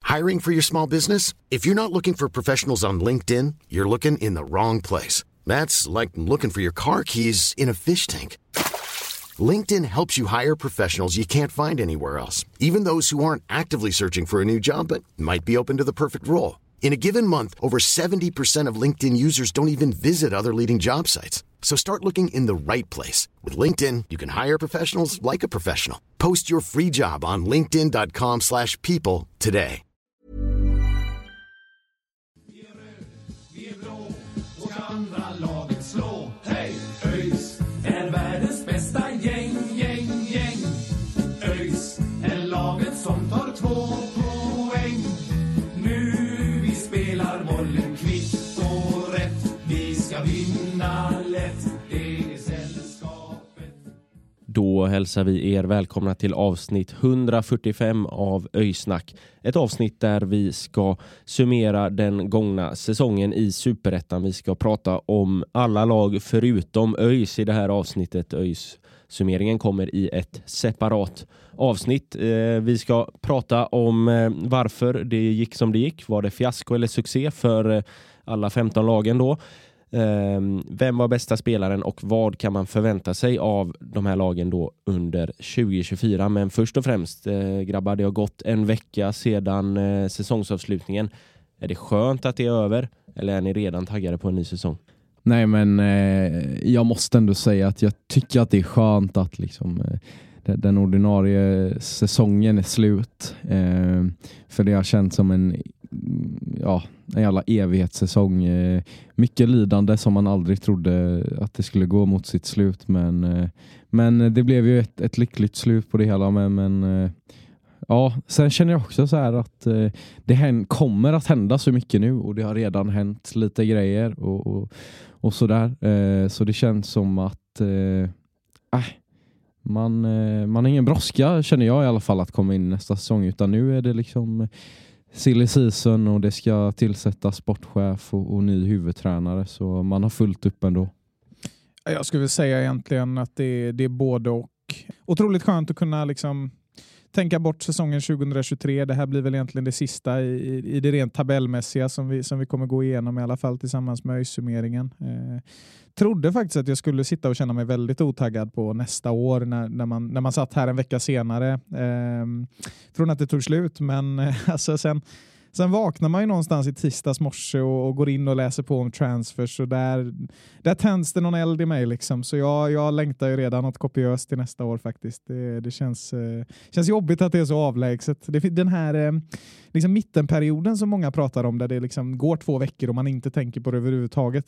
Hiring for your small business? If you're not looking for professionals on LinkedIn, you're looking in the wrong place. That's like looking for your car keys in a fish tank. LinkedIn helps you hire professionals you can't find anywhere else, even those who aren't actively searching for a new job but might be open to the perfect role. In a given month, over 70% of LinkedIn users don't even visit other leading job sites. So start looking in the right place. With LinkedIn, you can hire professionals like a professional. Post your free job on linkedin.com/people today. Vi är blå och andra laget slå. Hej! ÖIS är världens bästa gäng. ÖIS är laget som tar 2 poäng. Nu vi spelar bollen kvitt och rätt. Vi ska vinna lätt. Det är sällskapet. Då hälsar vi er välkomna till avsnitt 145 av ÖIS-snack. Ett avsnitt där vi ska summera den gångna säsongen i Superettan. Vi ska prata om alla lag förutom ÖIS i det här avsnittet. ÖIS-summeringen kommer i ett separat avsnitt. Vi ska prata om varför det gick som det gick. Var det fiasko eller succé för alla 15 lagen då? Vem var bästa spelaren och vad kan man förvänta sig av de här lagen då under 2024? Men först och främst, grabbar, det har gått en vecka sedan säsongsavslutningen. Är det skönt att det är över eller är ni redan taggade på en ny säsong? Nej, men jag måste ändå säga att jag tycker att det är skönt att liksom den ordinarie säsongen är slut. För det har känts som en jävla evighetssäsong. Mycket lidande som man aldrig trodde att det skulle gå mot sitt slut. Men det blev ju ett lyckligt slut på det hela. Men sen känner jag också så här att det kommer att hända så mycket nu. Och det har redan hänt lite grejer och sådär. Så det känns som att man har ingen brådska, känner jag i alla fall, att komma in nästa säsong. Utan nu är det liksom silly season och det ska tillsättas sportchef och ny huvudtränare. Så man har fullt upp ändå. Jag skulle säga egentligen att det är både och. Otroligt skönt att kunna liksom tänka bort säsongen 2023. Det här blir väl egentligen det sista i det rent tabellmässiga som vi kommer gå igenom, i alla fall tillsammans med ÖIS-summeringen. Trodde faktiskt att jag skulle sitta och känna mig väldigt otaggad på nästa år när man satt här en vecka senare från att det tog slut. Men alltså sen vaknar man ju någonstans i tisdags morse och går in och läser på om transfers, och där tänds det någon eld i mig liksom. Så jag längtar ju redan något kopiöst till nästa år faktiskt. Det känns jobbigt att det är så avlägset. Den här liksom mittenperioden som många pratar om, där det liksom går 2 veckor och man inte tänker på det överhuvudtaget,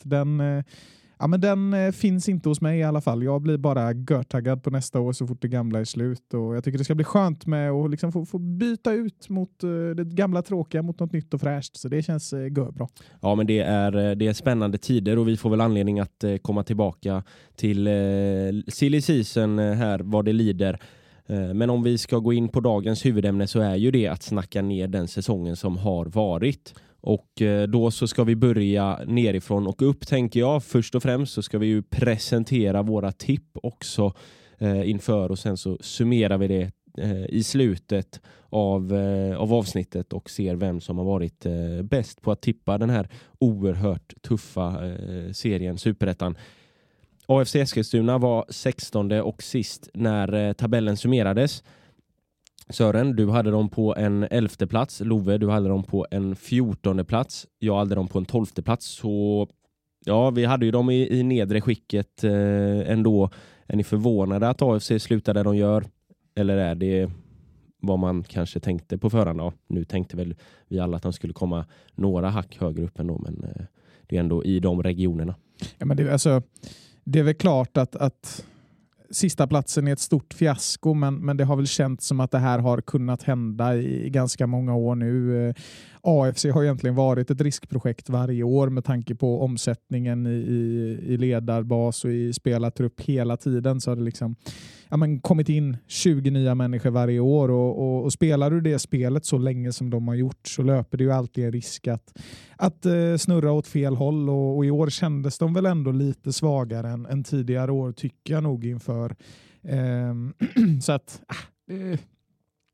den finns inte hos mig i alla fall. Jag blir bara görtaggad på nästa år så fort det gamla är slut. Och jag tycker det ska bli skönt med att liksom få byta ut mot det gamla tråkiga mot något nytt och fräscht. Så det känns görbra. Ja, men det är spännande tider och vi får väl anledning att komma tillbaka till silly season här vad det lider. Men om vi ska gå in på dagens huvudämne så är ju det att snacka ner den säsongen som har varit. Och då så ska vi börja nerifrån och upp, tänker jag. Först och främst så ska vi ju presentera våra tipp också inför, och sen så summerar vi det i slutet av avsnittet och ser vem som har varit bäst på att tippa den här oerhört tuffa serien Superettan. AFC Eskilstuna var 16:e och sist när tabellen summerades. Sören, du hade dem på en 11:e plats. Love, du hade dem på en 14:e plats. Jag hade dem på en 12:e plats. Så ja, vi hade ju dem i nedre skicket ändå. Är ni förvånade att AFC slutar där de gör? Eller är det vad man kanske tänkte på förhand? Ja, nu tänkte väl vi alla att de skulle komma några hack högre upp ändå. Men det är ändå i de regionerna. Ja, men det är väl klart att sista platsen är ett stort fiasko, men det har väl känts som att det här har kunnat hända i ganska många år nu. AFC har egentligen varit ett riskprojekt varje år med tanke på omsättningen i ledarbas och i spelartrupp hela tiden. Så har det liksom kommit in 20 nya människor varje år och spelar du det spelet så länge som de har gjort så löper det ju alltid en risk att snurra åt fel håll, och i år kändes de väl ändå lite svagare än tidigare år, tycker jag nog inför. Så att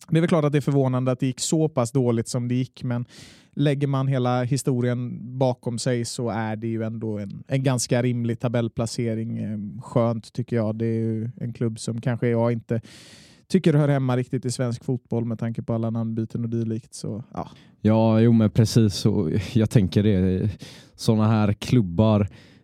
Det är väl klart att det är förvånande att det gick så pass dåligt som det gick, men lägger man hela historien bakom sig så är det ju ändå en ganska rimlig tabellplacering. Skönt tycker jag. Det är ju en klubb som kanske jag inte tycker hör hemma riktigt i svensk fotboll med tanke på alla namnbyten och dylikt. Så, ja. Ja, jo men precis. Och jag tänker det. Sådana här klubbar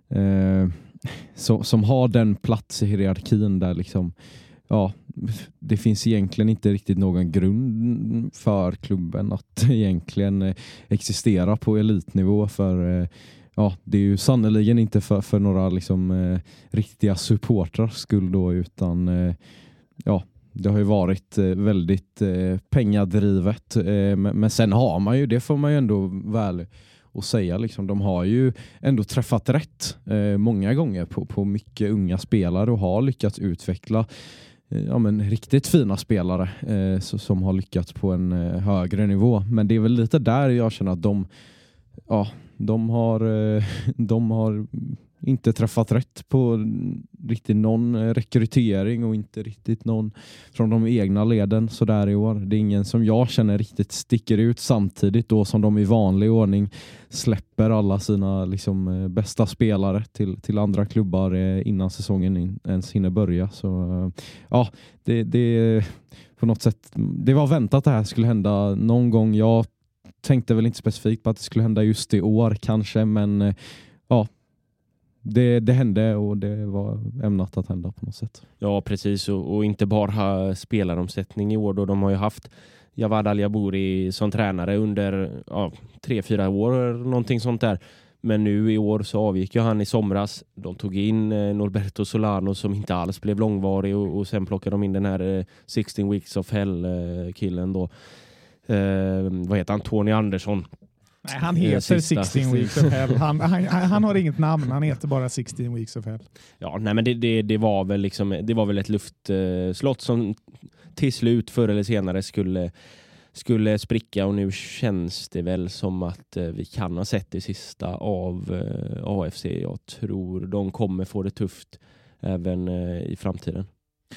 som har den plats i hierarkin där liksom, ja, det finns egentligen inte riktigt någon grund för klubben att egentligen existera på elitnivå, för ja, det är ju sannoliken inte för några liksom riktiga supportrar skull då, utan ja, det har ju varit väldigt pengadrivet, men sen har man ju, det får man ju ändå väl och säga liksom, de har ju ändå träffat rätt många gånger på mycket unga spelare och har lyckats utveckla riktigt fina spelare som har lyckats på en högre nivå. Men det är väl lite där jag känner att de har inte träffat rätt på riktigt någon rekrytering och inte riktigt någon från de egna leden så där i år. Det är ingen som jag känner riktigt sticker ut, samtidigt då som de i vanlig ordning släpper alla sina liksom bästa spelare till andra klubbar innan säsongen ens hinner börja. Så ja, det på något sätt, det var väntat att det här skulle hända någon gång. Jag tänkte väl inte specifikt på att det skulle hända just i år kanske, men ja, det hände och det var ämnat att hända på något sätt. Ja, precis. Och inte bara spelaromsättning i år då. De har ju haft Javad Al-Jabouri som tränare under 3-4 år, någonting sånt där. Men nu i år så avgick ju han i somras. De tog in Norberto Solano som inte alls blev långvarig och sen plockade de in den här 16 Weeks of Hell-killen då. Vad heter han? Tony Andersson. Nej, han heter 16 Weeks of Hell. Han har inget namn, han heter bara 16 Weeks of Hell. Ja, nej, men det var väl liksom, det var väl ett luftslott som till slut förr eller senare skulle spricka, och nu känns det väl som att vi kan ha sett det sista av AFC. Jag tror de kommer få det tufft även i framtiden.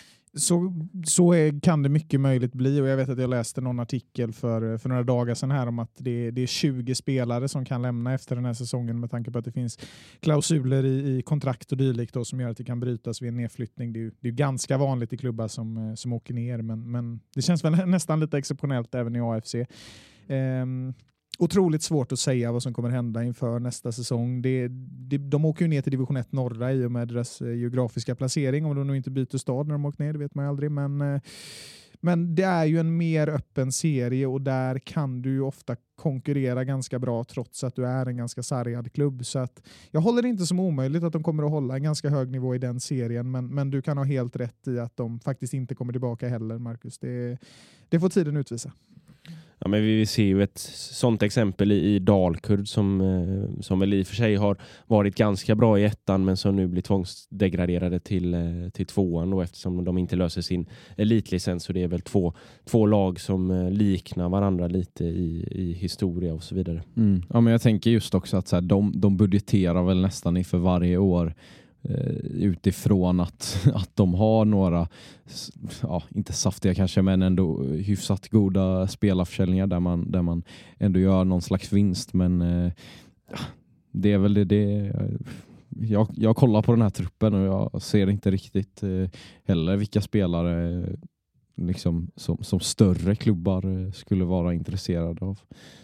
Så kan det mycket möjligt bli, och jag vet att jag läste någon artikel för några dagar sedan här om att det är 20 spelare som kan lämna efter den här säsongen med tanke på att det finns klausuler i kontrakt och dylikt då, som gör att det kan brytas vid en nedflyttning. Det är ganska vanligt i klubbar som åker ner, men det känns väl nästan lite exceptionellt även i AFC. Otroligt svårt att säga vad som kommer hända inför nästa säsong. De åker ju ner till division 1 norra i och med deras geografiska placering. Om de nog inte byter stad när de åker ner, det vet man ju aldrig. Men det är ju en mer öppen serie och där kan du ju ofta konkurrera ganska bra trots att du är en ganska sargad klubb. Så att jag håller det inte som omöjligt att de kommer att hålla en ganska hög nivå i den serien. Men du kan ha helt rätt i att de faktiskt inte kommer tillbaka heller, Marcus. Det får tiden utvisa. Ja, men vi ser ju ett sånt exempel i Dalkurd som väl i och för sig har varit ganska bra i ettan, men som nu blir tvångsdegraderade till tvåan då, eftersom de inte löser sin elitlicens. Så det är väl två lag som liknar varandra lite i historia och så vidare. Ja, men jag tänker just också att så här, de budgeterar väl nästan inför varje år utifrån att de har några, inte saftiga kanske, men ändå hyfsat goda spelarförsäljningar där man ändå gör någon slags vinst. Men det är väl det. Jag kollar på den här truppen och jag ser inte riktigt heller vilka spelare liksom, som större klubbar skulle vara intresserade av.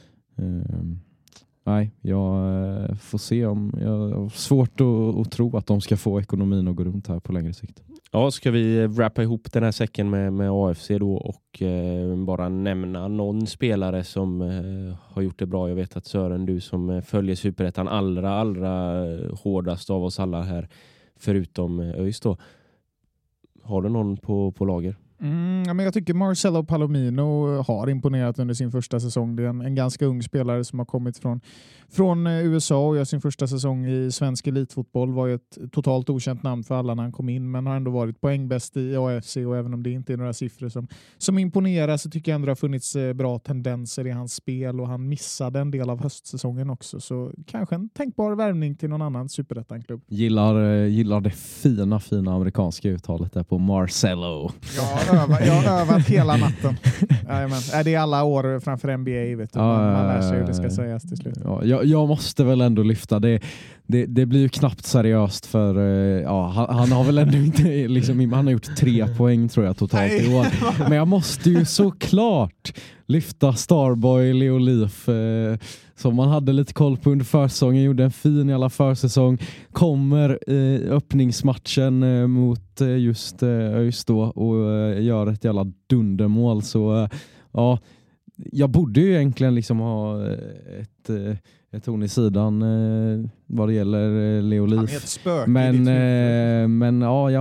Nej, jag får se om jag har svårt att tro att de ska få ekonomin att gå runt här på längre sikt. Ja, ska vi wrappa ihop den här säcken med AFC då och bara nämna någon spelare som har gjort det bra. Jag vet att Sören, du som följer Superettan allra hårdast av oss alla här, förutom ÖIS då. Har du någon på lager? Men jag tycker Marcelo Palomino har imponerat under sin första säsong. Det är en ganska ung spelare som har kommit från USA och gör sin första säsong i svensk elitfotboll. Var ju ett totalt okänt namn för alla när han kom in, men har ändå varit poängbäst i AFC, och även om det inte är några siffror som imponerar, så tycker jag ändå det har funnits bra tendenser i hans spel, och han missade en del av höstsäsongen också. Så kanske en tänkbar värvning till någon annan Superettan-klubb. Gillar det fina amerikanska uttalet där på Marcelo. Ja, Jag har övat hela natten. Det är alla år framför NBA, vet du. Man lär sig hur det ska sägas till slut. Ja, jag måste väl ändå lyfta det. Det blir ju knappt seriöst för han har väl ändå inte liksom, han har gjort 3 poäng tror jag totalt i år. Men jag måste ju såklart lyfta Starboy Leo Leaf som man hade lite koll på under försäsongen, gjorde en fin i alla försäsong, kommer i öppningsmatchen mot just ÖIS då och gör ett jävla dundermål. Så jag borde ju egentligen liksom ha ett ton i sidan vad det gäller Leo Leaf. Han är ett spöke. Men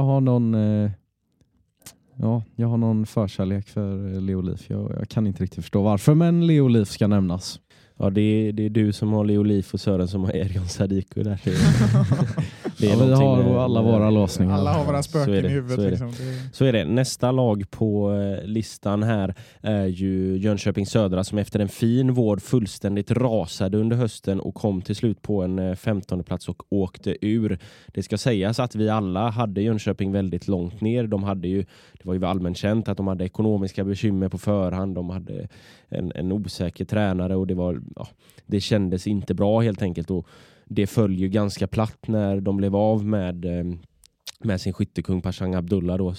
jag har någon förkärlek för Leo Leaf. Jag kan inte riktigt förstå varför, men Leo Leaf ska nämnas. Ja, det är du som har Leo Leaf och Sören som har Erion Sadiku där. Vi har alla våra låsningar. Alla har våra spöken i huvudet. Så är det. Nästa lag på listan här är ju Jönköping Södra som efter en fin vård fullständigt rasade under hösten och kom till slut på en 15:e plats och åkte ur. Det ska sägas att vi alla hade Jönköping väldigt långt ner. Det var ju allmänt känt att de hade ekonomiska bekymmer på förhand. De hade en osäker tränare och det kändes inte bra helt enkelt, och det föll ju ganska platt när de blev av med sin skyttekung Pashang Abdullah då.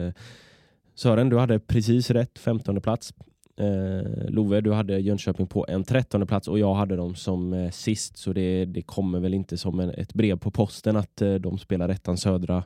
Sören, du hade precis rätt, 15:e plats. Love, du hade Jönköping på en 13:e plats och jag hade dem som sist, så det kommer väl inte som ett brev på posten att de spelar ettan Södra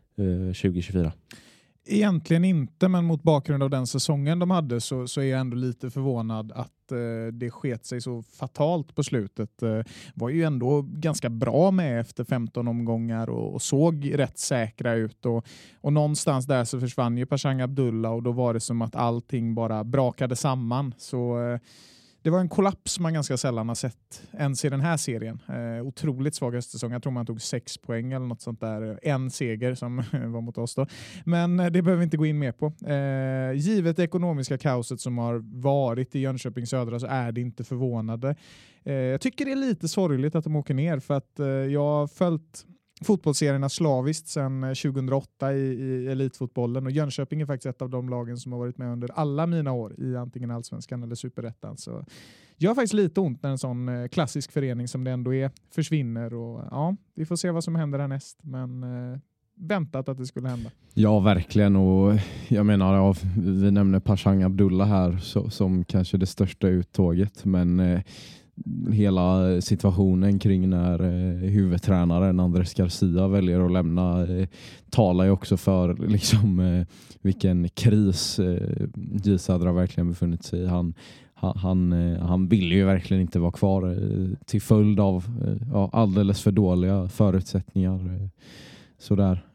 2024. Egentligen inte, men mot bakgrund av den säsongen de hade så är jag ändå lite förvånad att det sket sig så fatalt på slutet. Var ju ändå ganska bra med efter 15 omgångar och såg rätt säkra ut. Och någonstans där så försvann ju Pashang Abdullah och då var det som att allting bara brakade samman. Så det var en kollaps man ganska sällan har sett ens i den här serien. Otroligt svag säsong. Jag tror man tog 6 poäng eller något sånt där. En seger som var mot oss då. Men det behöver vi inte gå in mer på. Givet det ekonomiska kaoset som har varit i Jönköping Södra så är det inte förvånande. Jag tycker det är lite sorgligt att de åker ner, för att jag har följt fotbollsserierna slaviskt sedan 2008 i elitfotbollen, och Jönköping är faktiskt ett av de lagen som har varit med under alla mina år i antingen Allsvenskan eller Superettan. Så jag har faktiskt lite ont när en sån klassisk förening som det ändå är försvinner, och ja, vi får se vad som händer härnäst, men väntat att det skulle hända. Ja, verkligen, och jag menar, vi nämner Pashang Abdullah här som kanske det största uttåget, men hela situationen kring när huvudtränaren Andres Garcia väljer att lämna talar ju också för liksom vilken kris J Södra verkligen befunnit sig i. Han vill ju verkligen inte vara kvar till följd av alldeles för dåliga förutsättningar. Sådär.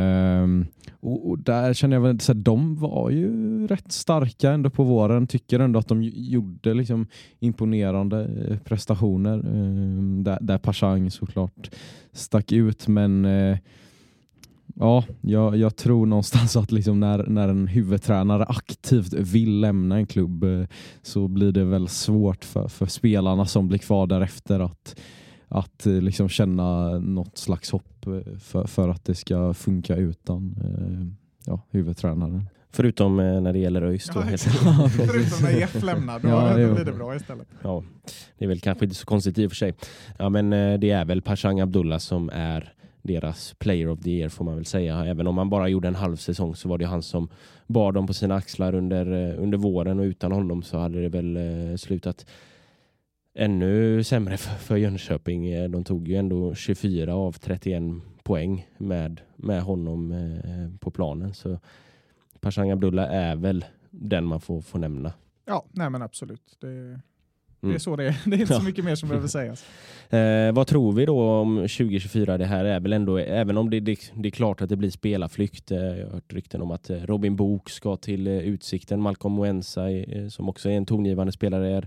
Och där känner jag väl så här, de var ju rätt starka ändå på våren. Tycker ändå att de gjorde liksom imponerande prestationer. Där Pashang såklart stack ut. Men jag tror någonstans att liksom när en huvudtränare aktivt vill lämna en klubb så blir det väl svårt för spelarna som blir kvar därefter att liksom känna något slags hopp för att det ska funka utan huvudtränaren. Förutom när det gäller ÖIS då. Förutom när Jeff lämnar, då blir det bra istället. Ja, det är väl kanske inte så konstigt i och för sig. Ja, men det är väl Pashang Abdullah som är deras player of the year, får man väl säga. Även om man bara gjorde en halv säsong så var det han som bar dem på sina axlar under våren, och utan honom så hade det väl slutat ännu sämre för Jönköping. De tog ju ändå 24 av 31 poäng med honom på planen. Så Pashang Abdullah är väl den man får nämna. Ja, nej men absolut. Det är så det är. Det är inte så mycket mer som behöver sägas. Vad tror vi då om 2024? Det här är väl ändå, även om det är klart att det blir spelarflykt. Jag har hört rykten om att Robin Book ska till Utsikten. Malcolm Moensa som också är en tongivande spelare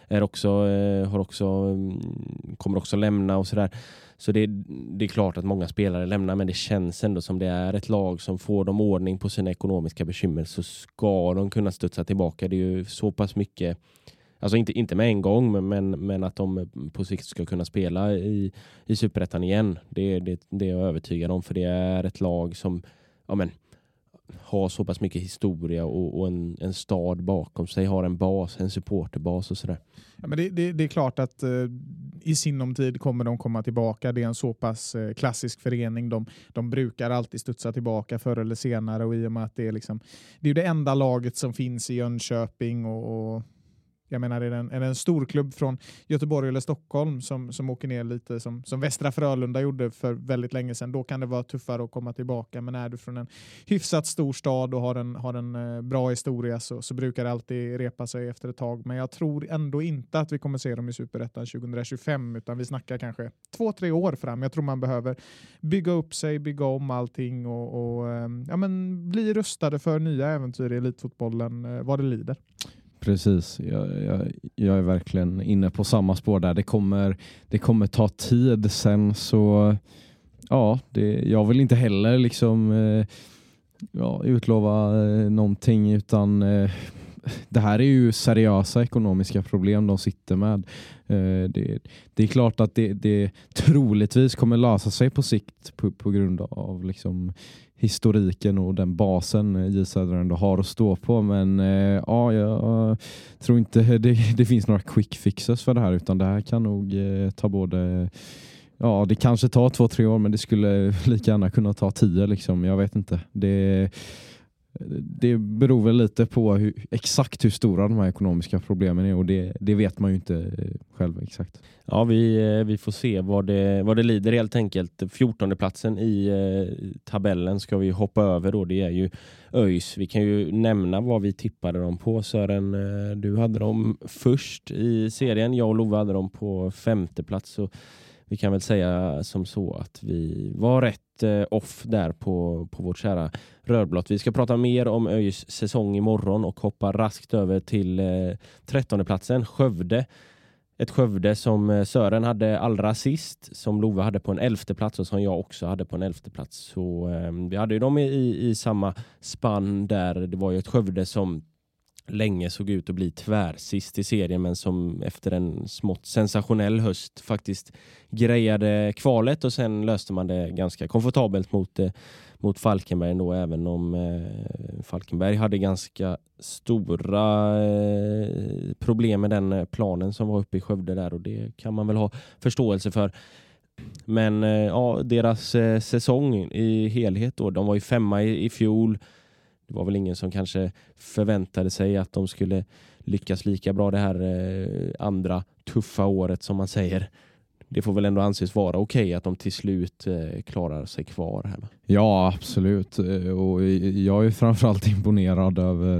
kommer också lämna och sådär. Så det är klart att många spelare lämnar, men det känns ändå som det är ett lag som får de ordning på sina ekonomiska bekymmer, så ska de kunna studsa tillbaka. Det är ju så pass mycket, alltså inte med en gång, men att de på sikt ska kunna spela i Superettan igen. Det är jag övertygad om, för det är ett lag som har så pass mycket historia och en stad bakom sig, har en bas, en supporterbas och sådär. Ja, men det är klart att i sinom tid kommer de komma tillbaka. Det är en så pass klassisk förening. De brukar alltid studsa tillbaka förr eller senare, och i och med att det är ju det enda laget som finns i Jönköping och jag menar, är det en storklubb från Göteborg eller Stockholm som åker ner lite som Västra Frölunda gjorde för väldigt länge sedan, då kan det vara tuffare att komma tillbaka. Men är du från en hyfsat stor stad och har en bra historia så brukar det alltid repa sig efter ett tag. Men jag tror ändå inte att vi kommer se dem i Superettan 2025, utan vi snackar kanske 2-3 år fram. Jag tror man behöver bygga upp sig, bygga om allting och bli rustade för nya äventyr i elitfotbollen vad det lider. Precis, jag är verkligen inne på samma spår där. Det kommer ta tid sen, så ja, jag vill inte heller utlova någonting, utan det här är ju seriösa ekonomiska problem de sitter med. Det är klart att det troligtvis kommer lösa sig på sikt på grund av historiken och den basen J Södra ändå har att stå på. Men jag tror inte det finns några quick fixes för det här, utan det här kan nog ta både... Ja, det kanske tar 2-3 år, men det skulle lika gärna kunna ta 10 . Jag vet inte. Det beror väl lite på exakt hur stora de här ekonomiska problemen är, och det vet man ju inte själv exakt. Ja, vi får se vad det lider helt enkelt. 14:e platsen i tabellen ska vi hoppa över då. Det är ju ÖIS. Vi kan ju nämna vad vi tippade dem på. Sören, du hade dem först i serien. Jag och Love hade dem på 5:e plats, så vi kan väl säga som så att vi var rätt off där på vårt kära rödblått. Vi ska prata mer om ÖIS säsong imorgon och hoppa raskt över till 13:e platsen, Skövde. Ett Skövde som Sören hade allra sist, som Love hade på en 11:e plats och som jag också hade på en 11:e plats. Så vi hade ju dem i samma spann där. Det var ju ett Skövde som länge såg ut att bli tvärsist i serien, men som efter en smått sensationell höst faktiskt grejade kvalet, och sen löste man det ganska komfortabelt mot Falkenberg ändå, även om Falkenberg hade ganska stora problem med den planen som var uppe i Skövde där, och det kan man väl ha förståelse för. Men deras säsong i helhet då, de var ju 5 i fjol. Det var väl ingen som kanske förväntade sig att de skulle lyckas lika bra det här andra tuffa året, som man säger. Det får väl ändå anses vara okej att de till slut klarar sig kvar här. Ja, absolut. Och jag är framförallt imponerad över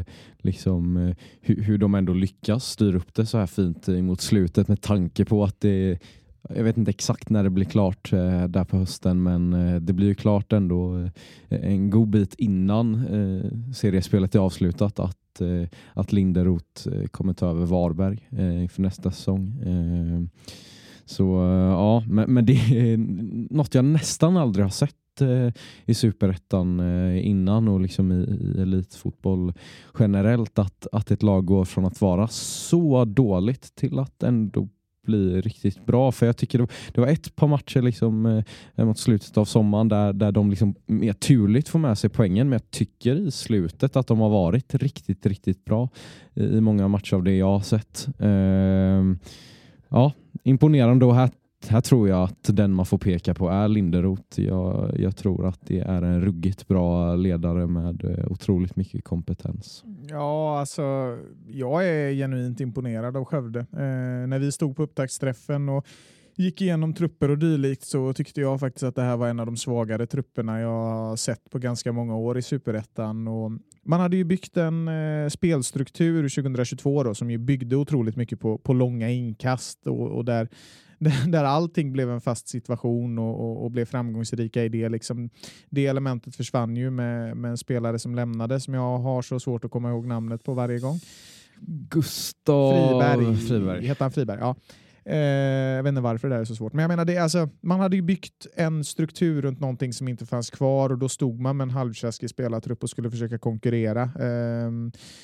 hur de ändå lyckas styra upp det så här fint mot slutet, med tanke på att jag vet inte exakt när det blir klart där på hösten, men det blir ju klart ändå en god bit innan seriespelet är avslutat att Linderoth kommer ta över Varberg för nästa säsong. Så ja, men det är något jag nästan aldrig har sett i Superettan innan, och i elitfotboll generellt, att ett lag går från att vara så dåligt till att ändå bli riktigt bra. För jag tycker det var ett par matcher mot slutet av sommaren där de mer turligt får med sig poängen, men jag tycker i slutet att de har varit riktigt, riktigt bra i många matcher av det jag har sett. Ja, imponerande, och här tror jag att den man får peka på är Linderoth. Jag tror att det är en ruggigt bra ledare med otroligt mycket kompetens. Ja, alltså jag är genuint imponerad av Skövde. När vi stod på upptaktsträffen och gick igenom trupper och dylikt, så tyckte jag faktiskt att det här var en av de svagare trupperna jag har sett på ganska många år i Superettan. Och man hade ju byggt en spelstruktur 2022 då, som ju byggde otroligt mycket på långa inkast och där allting blev en fast situation och blev framgångsrika i det. Det elementet försvann ju med en spelare som lämnade, som jag har så svårt att komma ihåg namnet på varje gång. Gustav Friberg. Heter han Friberg? Ja. Jag vet inte varför det är så svårt. Men jag menar, man hade ju byggt en struktur runt någonting som inte fanns kvar, och då stod man med en halvtjaskig spelartrupp och skulle försöka konkurrera.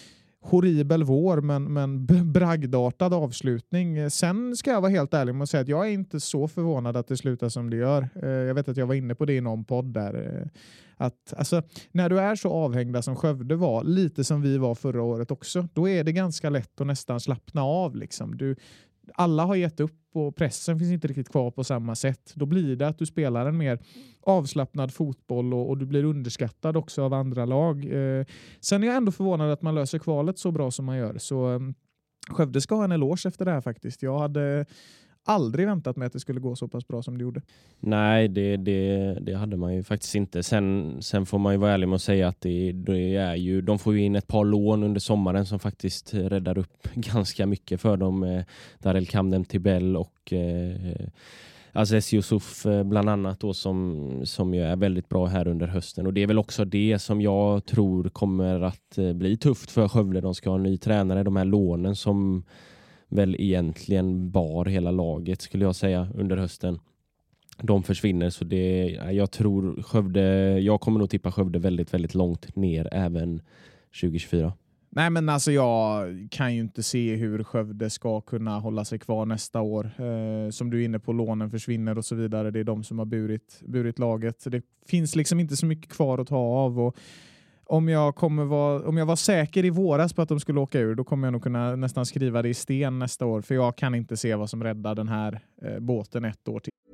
horribel vår men bragdartad avslutning. Sen ska jag vara helt ärlig med att säga att jag är inte så förvånad att det slutar som det gör. Jag vet att jag var inne på det i någon podd där. Att, alltså, när du är så avhängda som Skövde var, lite som vi var förra året också, då är det ganska lätt att nästan slappna av. Liksom. Alla har gett upp och pressen finns inte riktigt kvar på samma sätt. Då blir det att du spelar en mer avslappnad fotboll och du blir underskattad också av andra lag. Sen är jag ändå förvånad att man löser kvalet så bra som man gör. Så Skövde ska ha en eloge efter det här faktiskt. Jag hade aldrig väntat mig att det skulle gå så pass bra som det gjorde. Nej, det hade man ju faktiskt inte. Sen får man ju vara ärlig med att säga att det är ju, de får ju in ett par lån under sommaren som faktiskt räddar upp ganska mycket för dem. Darel Kamden Tibell och Aziz Yusuf bland annat då, som ju är väldigt bra här under hösten. Och det är väl också det som jag tror kommer att bli tufft för Skövde. De ska ha en ny tränare, de här lånen som väl egentligen bar hela laget skulle jag säga under hösten. De försvinner, så jag kommer nog tippa Skövde väldigt, väldigt långt ner även 2024. Nej, men alltså jag kan ju inte se hur Skövde ska kunna hålla sig kvar nästa år. Som du är inne på, lånen försvinner och så vidare. Det är de som har burit laget. Det finns liksom inte så mycket kvar att ta av, och om jag var säker i våras på att de skulle åka ur, då kommer jag nog kunna nästan skriva det i sten nästa år. För jag kan inte se vad som räddar den här båten ett år till.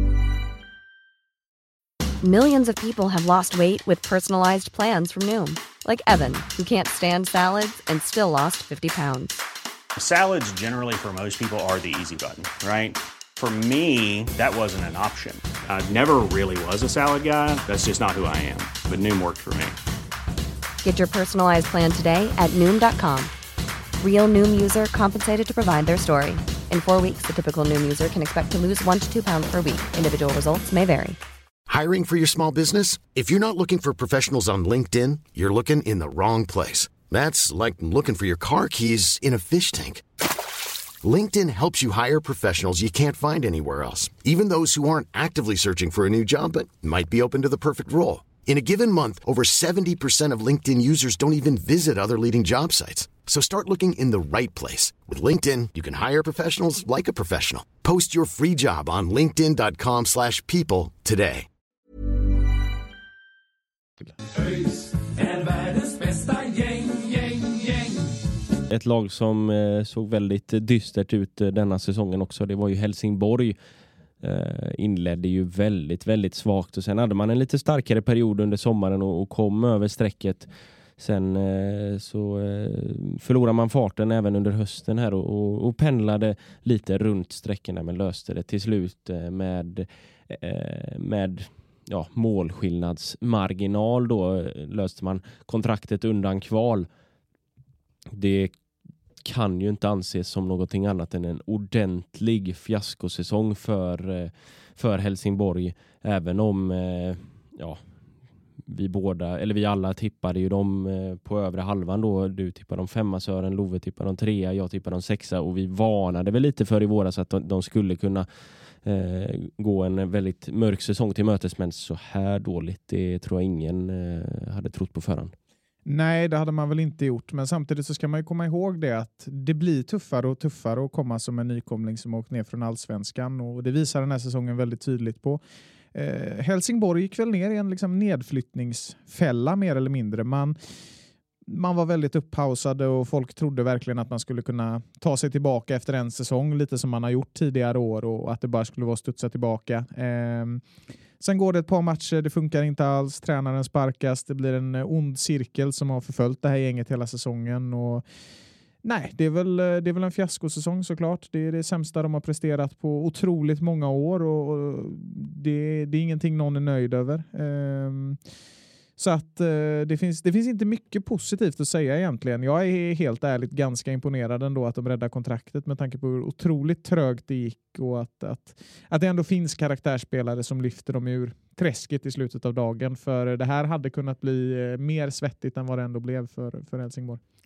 Millions of people have lost weight with personalized plans from Noom. Like Evan, who can't stand salads and still lost 50 pounds. Salads generally for most people are the easy button, right? For me, that wasn't an option. I never really was a salad guy. That's just not who I am. But Noom worked for me. Get your personalized plan today at Noom.com. Real Noom user compensated to provide their story. In 4 weeks, the typical Noom user can expect to lose 1 to 2 pounds per week. Individual results may vary. Hiring for your small business? If you're not looking for professionals on LinkedIn, you're looking in the wrong place. That's like looking for your car keys in a fish tank. LinkedIn helps you hire professionals you can't find anywhere else, even those who aren't actively searching for a new job but might be open to the perfect role. In a given month, over 70% of LinkedIn users don't even visit other leading job sites. So start looking in the right place. With LinkedIn, you can hire professionals like a professional. Post your free job on linkedin.com/people today. ÖIS är världens bästa gäng. Ett lag som såg väldigt dystert ut denna säsongen också, det var ju Helsingborg. Inledde ju väldigt, väldigt svagt, och sen hade man en lite starkare period under sommaren och kom över strecket. Sen så förlorade man farten även under hösten här och pendlade lite runt sträckorna, men löste det till slut med målskillnadsmarginal. Då löste man kontraktet undan kval. Det kan ju inte anses som någonting annat än en ordentlig fiaskosäsong för Helsingborg, även om vi alla tippade ju dem på övre halvan då. Du tippade dem 5, Sören, Love tippade dem 3, jag tippade dem 6, och vi varnade väl lite för i våras att de skulle kunna gå en väldigt mörk säsong till mötes, men så här dåligt, det tror jag ingen hade trott på förhand. Nej, det hade man väl inte gjort. Men samtidigt så ska man ju komma ihåg det att det blir tuffare och tuffare att komma som en nykomling som åkt ner från Allsvenskan. Och det visar den här säsongen väldigt tydligt på. Helsingborg gick väl ner i en liksom nedflyttningsfälla mer eller mindre. Man var väldigt upphausade och folk trodde verkligen att man skulle kunna ta sig tillbaka efter en säsong, lite som man har gjort tidigare år, och att det bara skulle vara att studsa tillbaka. Sen går det ett par matcher, det funkar inte alls, tränaren sparkas, det blir en ond cirkel som har förföljt det här gänget hela säsongen. Och nej, det är väl en fiaskosäsong såklart. Det är det sämsta de har presterat på otroligt många år, och det är ingenting någon är nöjd över. Så att det finns inte mycket positivt att säga egentligen. Jag är helt ärligt ganska imponerad ändå att de räddar kontraktet, med tanke på hur otroligt trögt det gick, och att det ändå finns karaktärsspelare som lyfter dem ur träsket i slutet av dagen. För det här hade kunnat bli mer svettigt än vad det ändå blev för Helsingborg.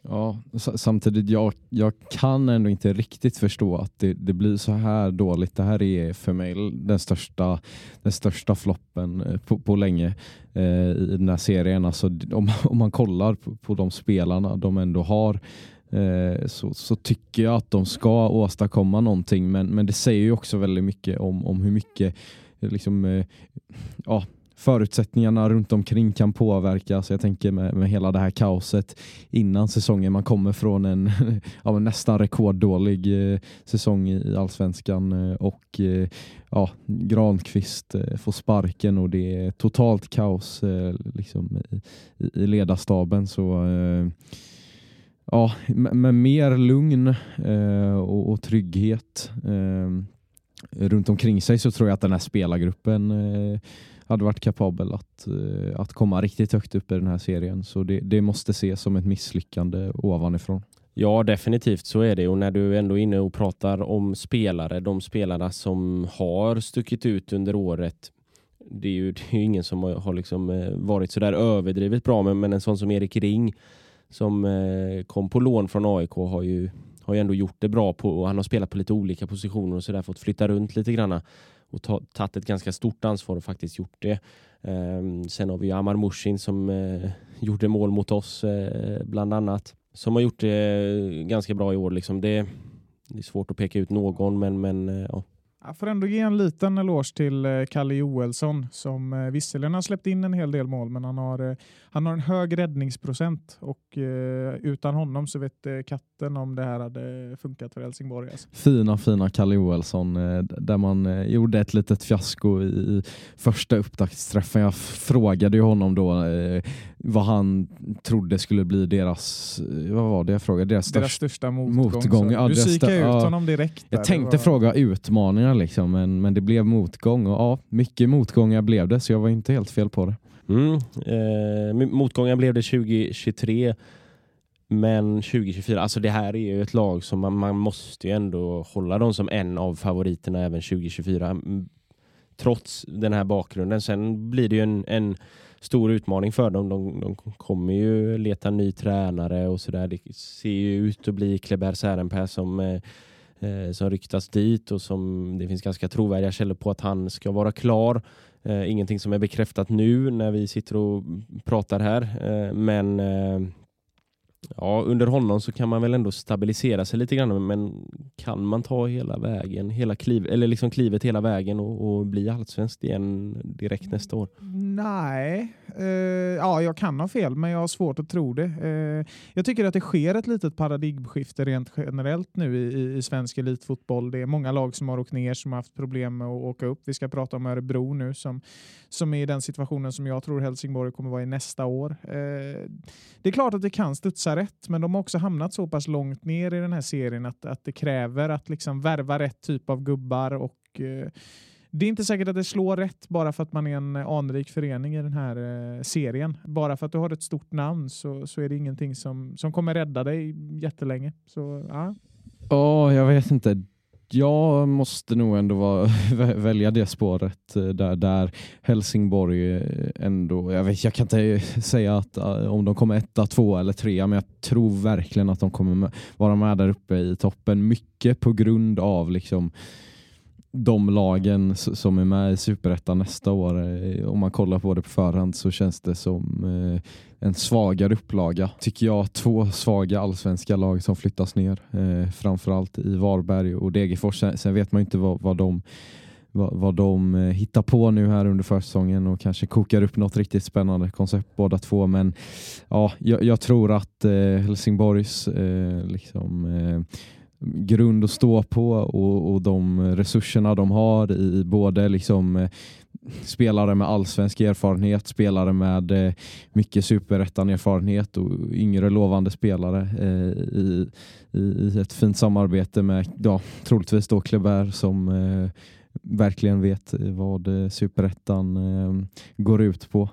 Ja, samtidigt jag kan ändå inte riktigt förstå att det blir så här dåligt. Det här är för mig den största floppen på länge i den här serien. Alltså, om man kollar på de spelarna de ändå har, så tycker jag att de ska åstadkomma någonting, men det säger ju också väldigt mycket om hur mycket liksom, förutsättningarna runt omkring kan påverkas. Jag tänker med hela det här kaoset innan säsongen. Man kommer från en nästan rekorddålig säsong i Allsvenskan och Granqvist får sparken och det är totalt kaos liksom, i ledarstaben. Så med mer lugn och trygghet runt omkring sig, så tror jag att den här spelargruppen hade varit kapabel att komma riktigt högt upp i den här serien. Så det måste ses som ett misslyckande ovanifrån. Ja, definitivt så är det. Och när du ändå är inne och pratar om spelare, de spelarna som har stuckit ut under året, det är ju ingen som har liksom varit så där överdrivet bra, men en sån som Erik Ring som kom på lån från AIK har ju ändå gjort det bra på, och han har spelat på lite olika positioner och så där, fått flytta runt lite granna och tagit ett ganska stort ansvar och faktiskt gjort det. Sen har vi Amar Mushin som gjorde mål mot oss bland annat, som har gjort det ganska bra i år liksom. Det är svårt att peka ut någon, men ja. Jag får ändå ge en liten eloge till Kalle Joelsson som visserligen har släppt in en hel del mål, men han har en hög räddningsprocent och utan honom så vet katten om det här hade funkat för Helsingborg. Alltså. Fina Kalle Joelsson där man gjorde ett litet fiasko i första upptaktsträffen. Jag frågade ju honom då vad han trodde skulle bli deras, vad var det jag frågade? Deras största motgång. Ja, du psykade ut honom direkt. Jag tänkte fråga utmaningar liksom, men det blev motgång och mycket motgångar blev det, så jag var inte helt fel på det. Motgångar blev det 2023, men 2024, alltså det här är ju ett lag som man måste ju ändå hålla dem som en av favoriterna även 2024 trots den här bakgrunden. Sen blir det ju en stor utmaning för dem. De kommer ju leta ny tränare och sådär. Det ser ju ut att bli Kleber Särenpää som ryktas dit och som det finns ganska trovärdiga källor på att han ska vara klar. Ingenting som är bekräftat nu när vi sitter och pratar här. Men under honom så kan man väl ändå stabilisera sig lite grann. Men kan man ta hela vägen, klivet hela vägen och bli allsvensk igen direkt nästa år? Nej, jag kan ha fel, men jag har svårt att tro det. Jag tycker att det sker ett litet paradigmskifte rent generellt nu i svensk elitfotboll. Det är många lag som har åkt ner, som har haft problem med att åka upp. Vi ska prata om Örebro nu som är i den situationen som jag tror Helsingborg kommer vara i nästa år. Det är klart att det kan studsa rätt, men de har också hamnat så pass långt ner i den här serien att det kräver att liksom värva rätt typ av gubbar, och det är inte säkert att det slår rätt bara för att man är en anrik förening i den här serien. Bara för att du har ett stort namn så är det ingenting som kommer rädda dig jättelänge. Så ja. Jag vet inte. Jag måste nog ändå välja det spåret där Helsingborg ändå, jag kan inte säga att om de kommer 1, 2 eller 3, men jag tror verkligen att de kommer vara med där uppe i toppen, mycket på grund av liksom de lagen som är med i Superettan nästa år. Om man kollar på det på förhand så känns det som en svagare upplaga. Tycker jag 2 svaga allsvenska lag som flyttas ner. Framförallt i Varberg och Degerfors. Sen vet man ju inte vad de hittar på nu här under försäsongen och kanske kokar upp något riktigt spännande koncept båda två. Men ja, jag tror att Helsingborgs grund att stå på och de resurserna de har i både liksom spelare med allsvensk erfarenhet, spelare med mycket superettan-erfarenhet och yngre lovande spelare i ett fint samarbete med troligtvis då Kleber som verkligen vet vad superettan går ut på.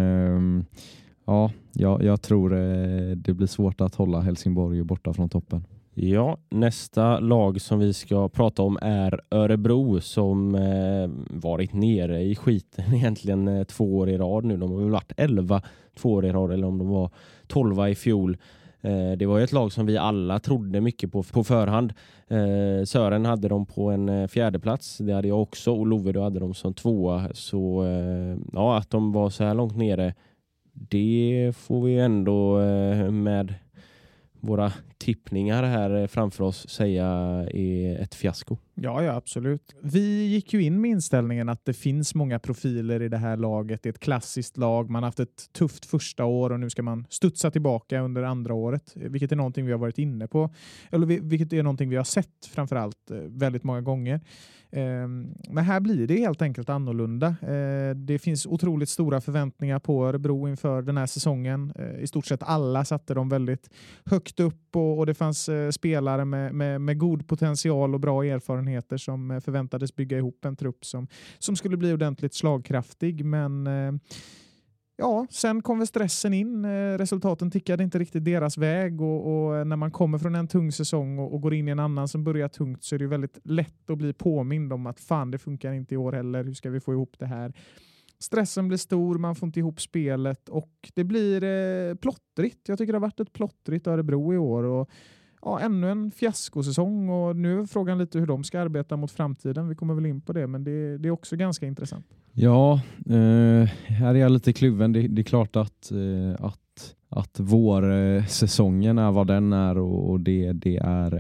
Jag tror det blir svårt att hålla Helsingborg borta från toppen. Ja, nästa lag som vi ska prata om är Örebro som varit nere i skiten egentligen 2 år i rad nu. De har väl varit 11 2 år i rad, eller om de var 12 i fjol. Det var ju ett lag som vi alla trodde mycket på förhand. Sören hade dem på en 4:e plats. Det hade jag också. Och Love, då hade dem som 2:a. Så ja, att de var så här långt nere, det får vi ändå med våra tippningar här framför oss säga är ett fiasko. Ja, absolut. Vi gick ju in med inställningen att det finns många profiler i det här laget. Det är ett klassiskt lag. Man har haft ett tufft första år och nu ska man studsa tillbaka under andra året. Vilket är någonting vi har varit inne på. Eller vilket är någonting vi har sett framförallt väldigt många gånger. Men här blir det helt enkelt annorlunda. Det finns otroligt stora förväntningar på Örebro inför den här säsongen. I stort sett alla satte dem väldigt högt upp och det fanns spelare med god potential och bra erfarenheter som förväntades bygga ihop en trupp som skulle bli ordentligt slagkraftig. Men ja, sen kom väl stressen in. Resultaten tickade inte riktigt deras väg och när man kommer från en tung säsong och går in i en annan som börjar tungt så är det väldigt lätt att bli påmind om att fan, det funkar inte i år heller. Hur ska vi få ihop det här? Stressen blir stor, man får inte ihop spelet och det blir plottrigt. Jag tycker det har varit ett plottrigt Örebro i år och ja, ännu en fiaskosäsong och nu är frågan lite hur de ska arbeta mot framtiden. Vi kommer väl in på det, men det är också ganska intressant. Ja, här är jag lite kluven. Det är klart att vår säsongen är vad den är och det är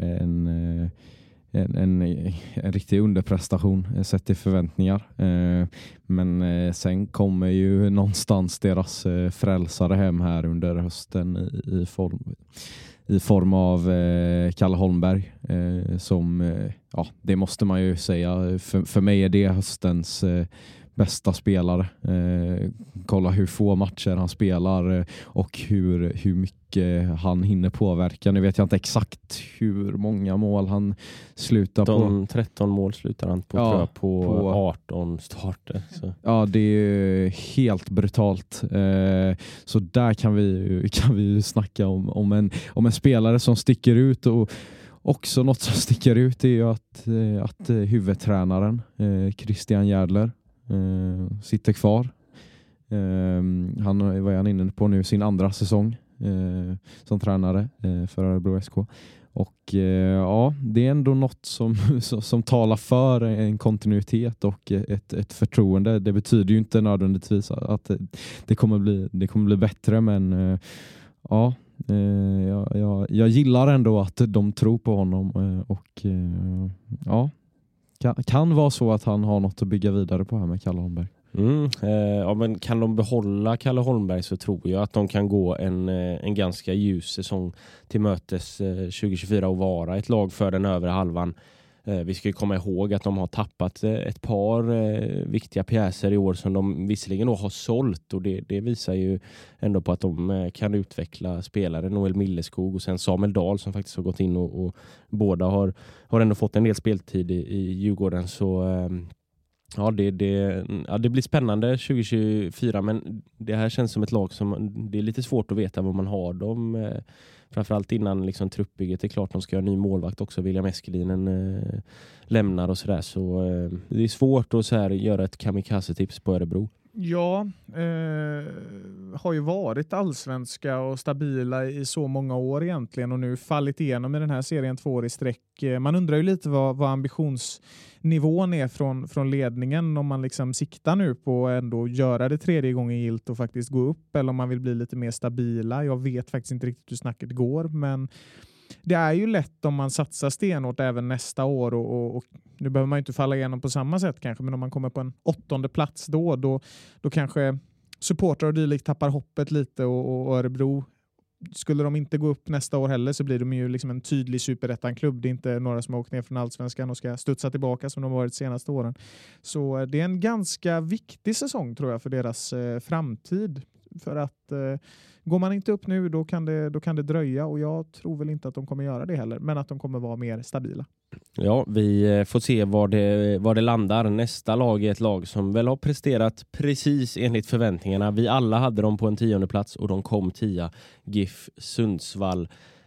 en riktig underprestation sett till förväntningar. Men sen kommer ju någonstans deras frälsare hem här under hösten i form av Kalle Holmberg som, ja, det måste man ju säga. För mig är det höstens bästa spelare. Kolla hur få matcher han spelar och hur mycket han hinner påverka. Nu vet jag inte exakt hur många mål han slutar på. 13 mål slutar han på, tror jag, på 18 starter. Så. Ja, det är helt brutalt. Så där kan vi snacka om en spelare som sticker ut och också något som sticker ut är ju att huvudtränaren Christian Järdler sitter kvar. Han är han inne på nu sin andra säsong som tränare för Örebro SK. Och ja, det är ändå något som talar för en kontinuitet och ett förtroende. Det betyder ju inte nödvändigtvis att det kommer bli bättre, men ja, jag gillar ändå att de tror på honom och ja, kan vara så att han har något att bygga vidare på här med Kalle Holmberg. Ja, men kan de behålla Kalle Holmberg så tror jag att de kan gå en ganska ljus säsong till mötes 2024 och vara ett lag för den övre halvan. Vi ska ju komma ihåg att de har tappat ett par viktiga pjäser i år som de visserligen då har sålt och det visar ju ändå på att de kan utveckla spelare. Noel Milleskog och sen Samuel Dahl som faktiskt har gått in och båda har ändå fått en del speltid i Djurgården, så ja, det blir spännande 2024, men det här känns som ett lag som det är lite svårt att veta vad man har dem. Framförallt innan liksom truppbygget är klart, de ska ha en ny målvakt också. William Eskelinen lämnar och sådär. Så det är svårt att så här göra ett kamikaze-tips på Örebro. Ja, har ju varit allsvenska och stabila i så många år egentligen och nu fallit igenom i den här serien 2 år i sträck. Man undrar ju lite vad ambitionsnivån är från ledningen, om man liksom siktar nu på ändå göra det 3:e gången gillt och faktiskt gå upp, eller om man vill bli lite mer stabila. Jag vet faktiskt inte riktigt hur snacket går, men det är ju lätt om man satsar stenhårt även nästa år och nu behöver man ju inte falla igenom på samma sätt kanske, men om man kommer på en 8:e plats då kanske supportrar och dylikt tappar hoppet lite och Örebro, skulle de inte gå upp nästa år heller så blir de ju liksom en tydlig superettan-klubb. Det är inte några som har åkt ner från allsvenskan och ska studsa tillbaka som de har varit de senaste åren. Så det är en ganska viktig säsong tror jag för deras framtid. För att går man inte upp nu då kan det dröja, och jag tror väl inte att de kommer göra det heller, men att de kommer vara mer stabila. Ja, vi får se var det landar. Nästa lag är ett lag som väl har presterat precis enligt förväntningarna. Vi alla hade dem på en 10:e plats och de kom 10. GIF Sundsvall.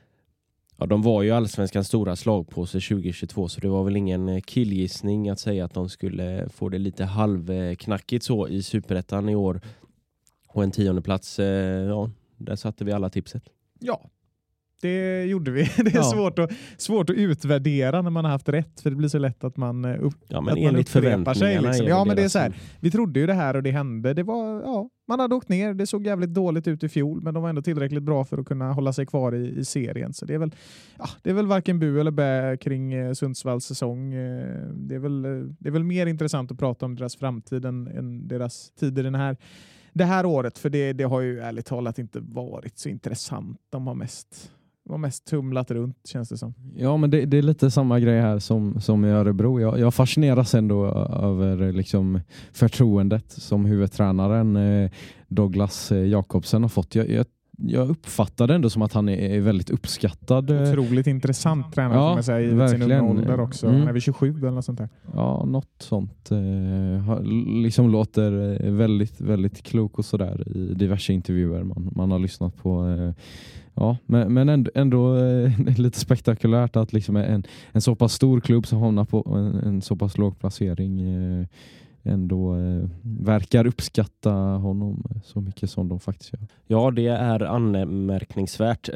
Ja, de var ju allsvenskans stora slagpåse 2022, så det var väl ingen killgissning att säga att de skulle få det lite halvknackigt så i superettan i år. Och en 10:e plats, ja, där satte vi alla tipset. Ja, Det gjorde vi. Det är svårt att utvärdera när man har haft rätt, för det blir så lätt att man upprepar sig. Liksom. Ja, men det är så här. Vi trodde ju det här och det hände. Det var, man hade åkt ner. Det såg jävligt dåligt ut i fjol, men de var ändå tillräckligt bra för att kunna hålla sig kvar i serien. Så det är väl varken bu eller bä kring Sundsvalls säsong. Det är väl mer intressant att prata om deras framtid än deras tid i det här året, för det har ju ärligt talat inte varit så intressant. De har mest tumlat runt, känns det som. Ja, men det är lite samma grej här som i Örebro. Jag fascineras ändå över liksom förtroendet som huvudtränaren Douglas Jakobsen har fått. Jag uppfattar det ändå som att han är väldigt uppskattad. Otroligt intressant tränare, kan man säga, i sin unga ålder också. Han är väl 27 eller något sånt där. Ja, något sånt. Liksom låter väldigt, väldigt klok och sådär i diverse intervjuer man har lyssnat på. Ja, men ändå lite spektakulärt att liksom en så pass stor klubb som hamnar på en så pass låg placering ändå verkar uppskatta honom så mycket som de faktiskt gör. Ja, det är anmärkningsvärt.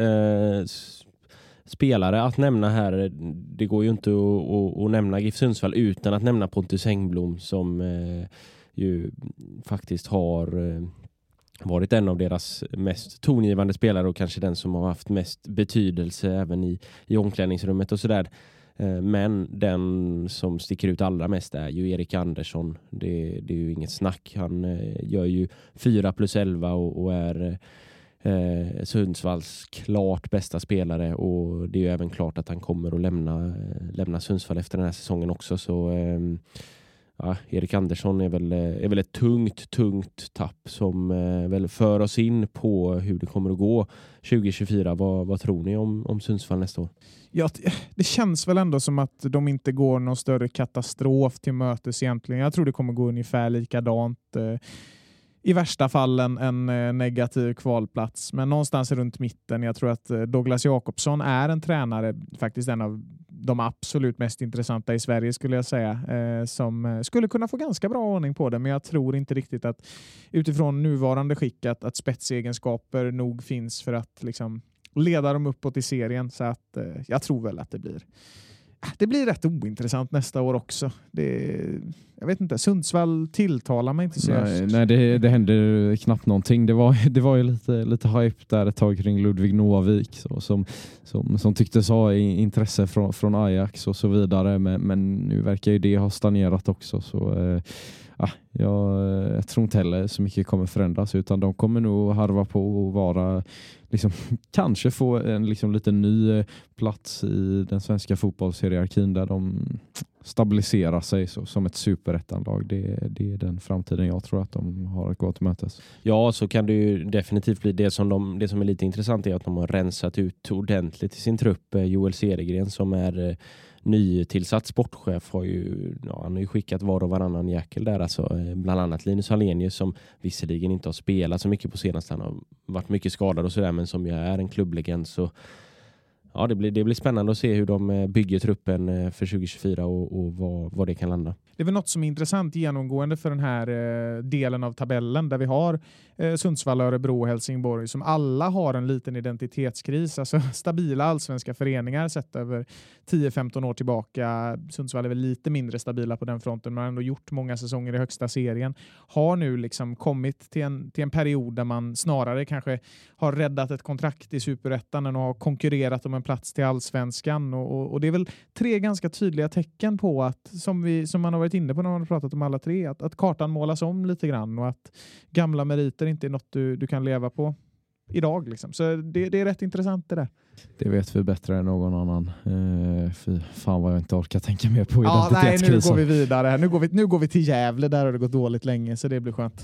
Spelare att nämna här, det går ju inte att nämna GIF Sundsvall utan att nämna Pontus Engblom, som ju faktiskt har varit en av deras mest tongivande spelare och kanske den som har haft mest betydelse även i omklädningsrummet och sådär. Men den som sticker ut allra mest är ju Erik Andersson. Det är ju inget snack. Han gör ju 4+11 och är Sundsvalls klart bästa spelare, och det är ju även klart att han kommer att lämna Sundsvall efter den här säsongen också. Så Erik Andersson är väl ett tungt tapp som väl för oss in på hur det kommer att gå 2024. Vad tror ni om Sundsvall nästa år? Ja, det känns väl ändå som att de inte går någon större katastrof till mötes egentligen. Jag tror det kommer gå ungefär likadant. I värsta fall en negativ kvalplats, men någonstans runt mitten. Jag tror att Douglas Jakobsson är en tränare, faktiskt en av de absolut mest intressanta i Sverige skulle jag säga, som skulle kunna få ganska bra ordning på det, men jag tror inte riktigt att utifrån nuvarande skick att spetsegenskaper nog finns för att liksom leda dem uppåt i serien, så att jag tror väl att det blir rätt ointressant nästa år också. Jag vet inte, Sundsvall tilltalar mig inte så. Nej, det hände knappt någonting. Det var ju lite hype där ett tag kring Ludvig Novik som tycktes ha intresse från Ajax och så vidare, men nu verkar ju det ha stagnerat också, så jag tror inte heller så mycket kommer förändras, utan de kommer nog harva på och vara liksom, kanske få en liksom lite ny plats i den svenska fotbollshierarkin där de stabiliserar sig som ett superettanlag. Det är den framtiden jag tror att de har att gå till mötes. Ja, så kan det ju definitivt bli. Det som är lite intressant är att de har rensat ut ordentligt i sin trupp. Joel Cedergren som är nytillsatt sportchef han har ju skickat var och varannan jäkel där, alltså bland annat Linus Hallenius, som visserligen inte har spelat så mycket på senaste, han har varit mycket skadad och sådär, men som ju är en klubblegend. Så ja, det blir spännande att se hur de bygger truppen för 2024 och vad det kan landa. Det är väl något som är intressant genomgående för den här delen av tabellen där vi har Sundsvall, Örebro och Helsingborg som alla har en liten identitetskris. Alltså stabila allsvenska föreningar sett över 10-15 år tillbaka. Sundsvall är väl lite mindre stabila på den fronten, men har ändå gjort många säsonger i högsta serien. Har nu liksom kommit till en period där man snarare kanske har räddat ett kontrakt i Superettan än har konkurrerat om en plats till allsvenskan. Och det är väl 3 ganska tydliga tecken på att, som man har varit inne på när man har pratat om alla 3, att kartan målas om lite grann och att gamla meriter inte är något du kan leva på idag. Liksom. Så det är rätt intressant det där. Det vet vi bättre än någon annan. Fan vad jag inte orkar tänka mer på identitetskrisen. Nej, nu går vi vidare. Nu går vi till Gävle. Där har det gått dåligt länge, så det blir skönt.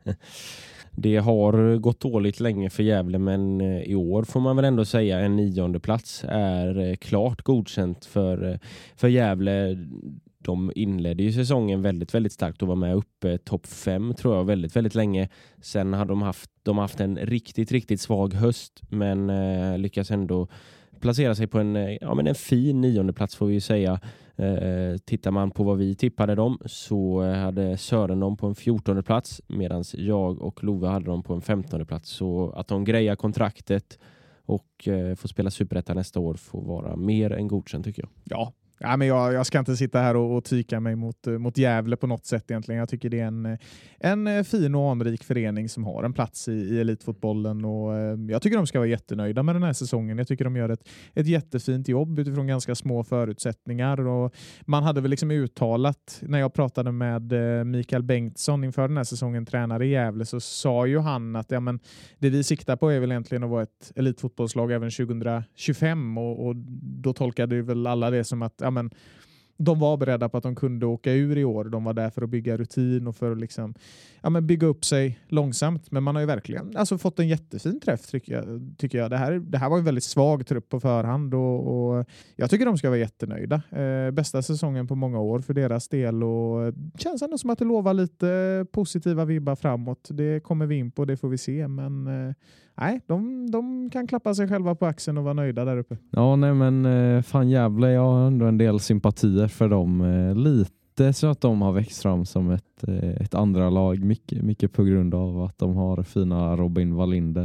Det har gått dåligt länge för Gävle, men i år får man väl ändå säga en 9:e plats är klart godkänt för Gävle. De inledde ju säsongen väldigt, väldigt starkt och var med uppe topp 5 tror jag väldigt, väldigt länge. Sen har de haft en riktigt, riktigt svag höst, men lyckas ändå placera sig på en fin 9:e plats får vi ju säga. Tittar man på vad vi tippade dem så hade Sören dem på en 14:e plats medan jag och Love hade dem på en 15:e plats. Så att de grejar kontraktet och få spela Superettan nästa år får vara mer än godkänt tycker jag. Ja, men jag ska inte sitta här och tyka mig mot Gävle på något sätt egentligen. Jag tycker det är en fin och anrik förening som har en plats i elitfotbollen och jag tycker de ska vara jättenöjda med den här säsongen. Jag tycker de gör ett jättefint jobb utifrån ganska små förutsättningar och man hade väl liksom uttalat när jag pratade med Mikael Bengtsson inför den här säsongen, tränare i Gävle, så sa ju han att det vi siktar på är väl egentligen att vara ett elitfotbollslag även 2025 och då tolkade väl alla det som att men de var beredda på att de kunde åka ur i år. De var där för att bygga rutin och för att liksom, bygga upp sig långsamt. Men man har ju verkligen fått en jättefin träff tycker jag. Det här var en väldigt svag trupp på förhand och jag tycker de ska vara jättenöjda. Bästa säsongen på många år för deras del och känns ändå som att det lovar lite positiva vibbar framåt. Det kommer vi in på, det får vi se. Men nej, de kan klappa sig själva på axeln och vara nöjda där uppe. Ja, nej men fan Gävle, jag har ändå en del sympatier för dem. Lite så att de har växt fram som ett andra lag. Mycket på grund av att de har fina Robin Wallinder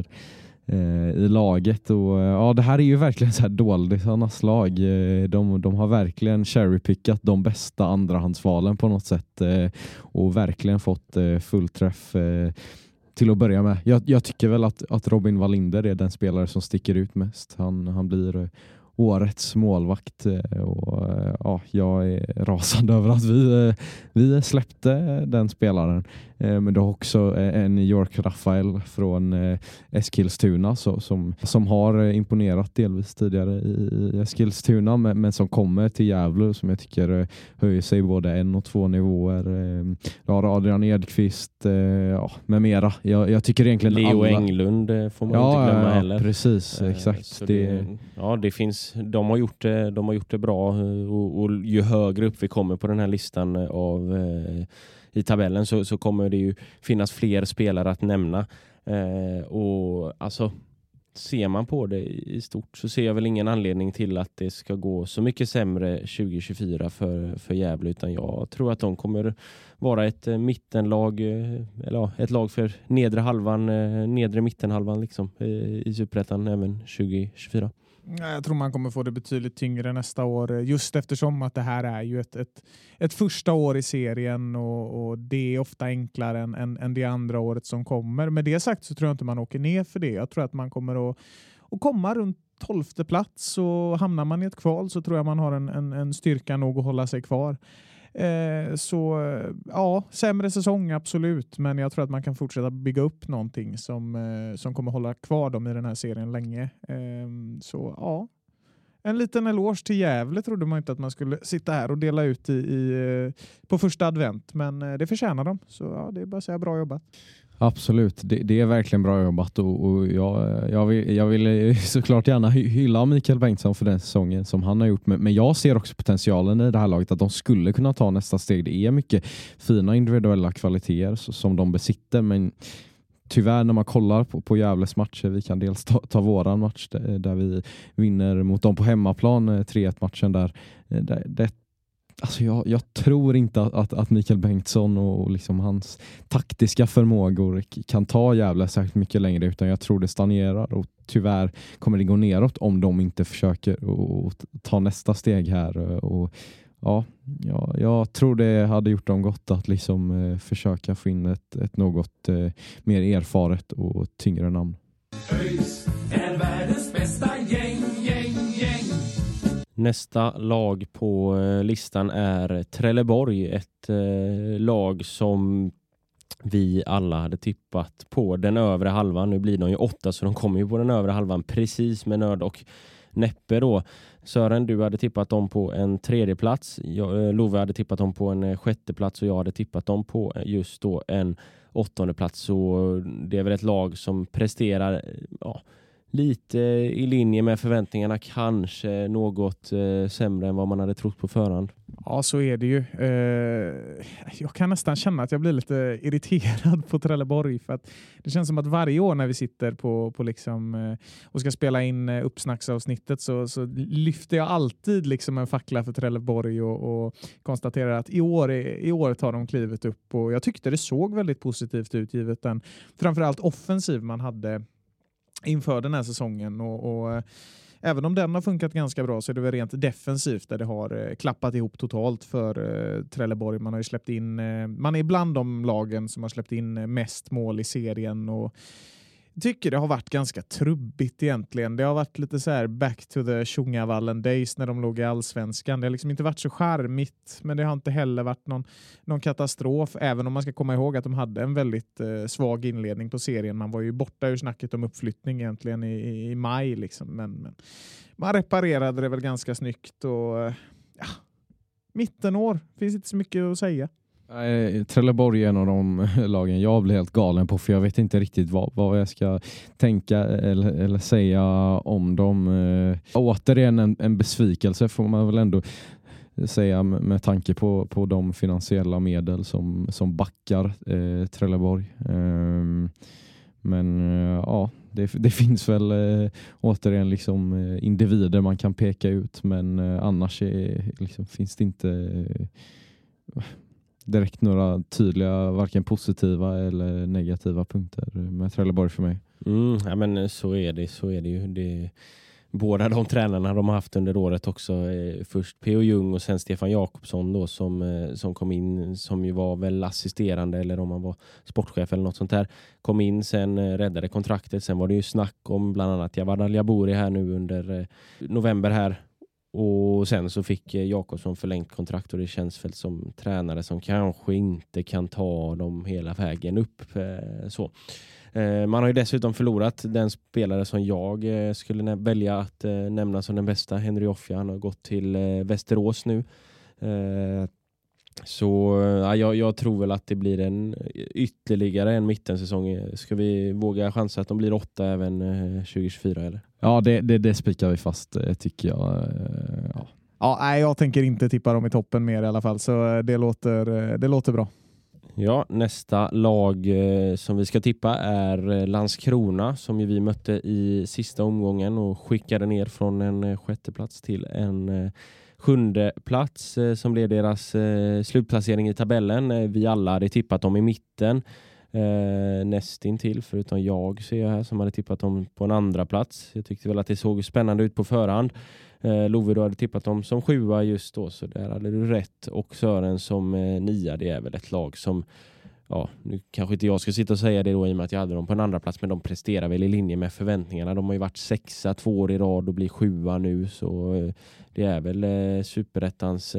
i laget. Och ja, det här är ju verkligen så här doldisarnas lag. De har verkligen cherrypickat de bästa andrahandsvalen på något sätt och verkligen fått fullträff till att börja med. Jag tycker väl att Robin Wallinder är den spelare som sticker ut mest. Han blir årets målvakt och ja, jag är rasande över att vi släppte den spelaren. Men det har också en New York Rafael från Eskilstuna som har imponerat delvis tidigare i Eskilstuna men som kommer till Gävle som jag tycker höjer sig både 1 och 2 nivåer. Adrian Edqvist med mera. Jag tycker egentligen Leo Englund får man inte glömma heller. Precis, exakt. Det finns, de har gjort det bra och ju högre upp vi kommer på den här listan i tabellen så kommer det ju finnas fler spelare att nämna. Och alltså ser man på det i stort så ser jag väl ingen anledning till att det ska gå så mycket sämre 2024 för Gävle, utan jag tror att de kommer vara ett mittenlag eller ett lag för nedre mittenhalvan liksom i Superettan även 2024. Jag tror man kommer få det betydligt tyngre nästa år just eftersom att det här är ju ett första år i serien och det är ofta enklare än det andra året som kommer. Med det sagt så tror jag inte man åker ner för det. Jag tror att man kommer att komma runt 12:e plats och hamnar man i ett kval så tror jag man har en styrka nog att hålla sig kvar. Så ja, sämre säsong absolut, men jag tror att man kan fortsätta bygga upp någonting som kommer hålla kvar dem i den här serien länge. Så ja, en liten eloge till Gävle trodde man inte att man skulle sitta här och dela ut på första advent, men det förtjänar de. Så ja, det är bara att säga bra jobbat. Absolut, det är verkligen bra jobbat och jag vill såklart gärna hylla Mikael Bengtsson för den säsongen som han har gjort, men jag ser också potentialen i det här laget att de skulle kunna ta nästa steg. Det är mycket fina individuella kvaliteter som de besitter, men tyvärr när man kollar på Gävles matcher, vi kan dels ta våran match där vi vinner mot dem på hemmaplan 3-1 matchen där alltså jag tror inte att Mikael Bengtsson och liksom hans taktiska förmågor kan ta Gävle särskilt mycket längre, utan jag tror det stagnerar och tyvärr kommer det gå neråt om de inte försöker att ta nästa steg här. Och ja, jag tror det hade gjort dem gott att liksom försöka få in ett något mer erfaret och tyngre namn. ÖIS är världens bästa gäng. Nästa lag på listan är Trelleborg, ett lag som vi alla hade tippat på den övre halvan. Nu blir de ju 8 så de kommer ju på den övre halvan precis med nöd och näppe då. Sören, du hade tippat dem på en 3:e plats. Love hade tippat dem på en 6:e plats och jag hade tippat dem på just då en 8:e plats. Så det är väl ett lag som presterar lite i linje med förväntningarna, kanske något sämre än vad man hade trott på förhand. Ja, så är det ju. Jag kan nästan känna att jag blir lite irriterad på Trelleborg för att det känns som att varje år när vi sitter på liksom, och ska spela in uppsnacksavsnittet så lyfter jag alltid liksom en fackla för Trelleborg och konstaterar att i år tar de klivet upp och jag tyckte det såg väldigt positivt ut givet den framförallt offensiv man hade inför den här säsongen. Och även om den har funkat ganska bra så är det väl rent defensivt där det har klappat ihop totalt för Trelleborg. Man har ju släppt in, man är bland de lagen som har släppt in mest mål i serien, och tycker det har varit ganska trubbigt egentligen. Det har varit lite så här back to the Tjungavallen days när de låg i allsvenskan. Det har liksom inte varit så charmigt, men det har inte heller varit någon katastrof, även om man ska komma ihåg att de hade en väldigt svag inledning på serien. Man var ju borta ur snacket om uppflyttning egentligen i maj liksom. Men man reparerade det väl ganska snyggt, och mittenår, finns inte så mycket att säga. Trelleborg är en av de lagen jag blir helt galen på, för jag vet inte riktigt vad jag ska tänka eller säga om dem. Återigen en besvikelse får man väl ändå säga med tanke på de finansiella medel som backar Trelleborg. Men ja, det finns väl återigen liksom individer man kan peka ut, men annars finns det inte direkt några tydliga, varken positiva eller negativa punkter med Trelleborg för mig. Ja, men så är det ju. Båda de tränarna de har haft under året också, först P.O. Jung och sen Stefan Jakobsson då, som kom in, som ju var väl assisterande eller om han var sportchef eller något sånt där, kom in, sen räddade kontraktet. Sen var det ju snack om bland annat Javad Al-Jabouri här nu under november här. Och sen så fick Jakobsson förlängt kontrakt, och det känns väl som tränare som kanske inte kan ta dem hela vägen upp. Så. Man har ju dessutom förlorat den spelare som jag skulle välja att nämna som den bästa, Henry Offia. Han har gått till Västerås nu. Så jag tror väl att det blir ytterligare en mittensäsong. Ska vi våga chansa att de blir 8 även 2024 eller? Ja, det spikar vi fast tycker jag. Nej, jag tänker inte tippa dem i toppen mer i alla fall, så det låter bra. Ja, nästa lag som vi ska tippa är Landskrona, som ju vi mötte i sista omgången och skickade ner från en 6:e plats till en 7:e plats, som blev deras slutplacering i tabellen. Vi alla hade tippat dem i mitten, nästintill, förutom jag ser jag här som hade tippat dem på en andra plats. Jag tyckte väl att det såg spännande ut på förhand. Love, du hade tippat dem som 7:a just då, så där hade du rätt. Och Sören som 9:a, det är väl ett lag som, ja, nu kanske inte jag ska sitta och säga det då i och med att jag hade dem på en andra plats, men de presterar väl i linje med förväntningarna. De har ju varit 6:a 2 år i rad och blir 7:a nu, så det är väl superettans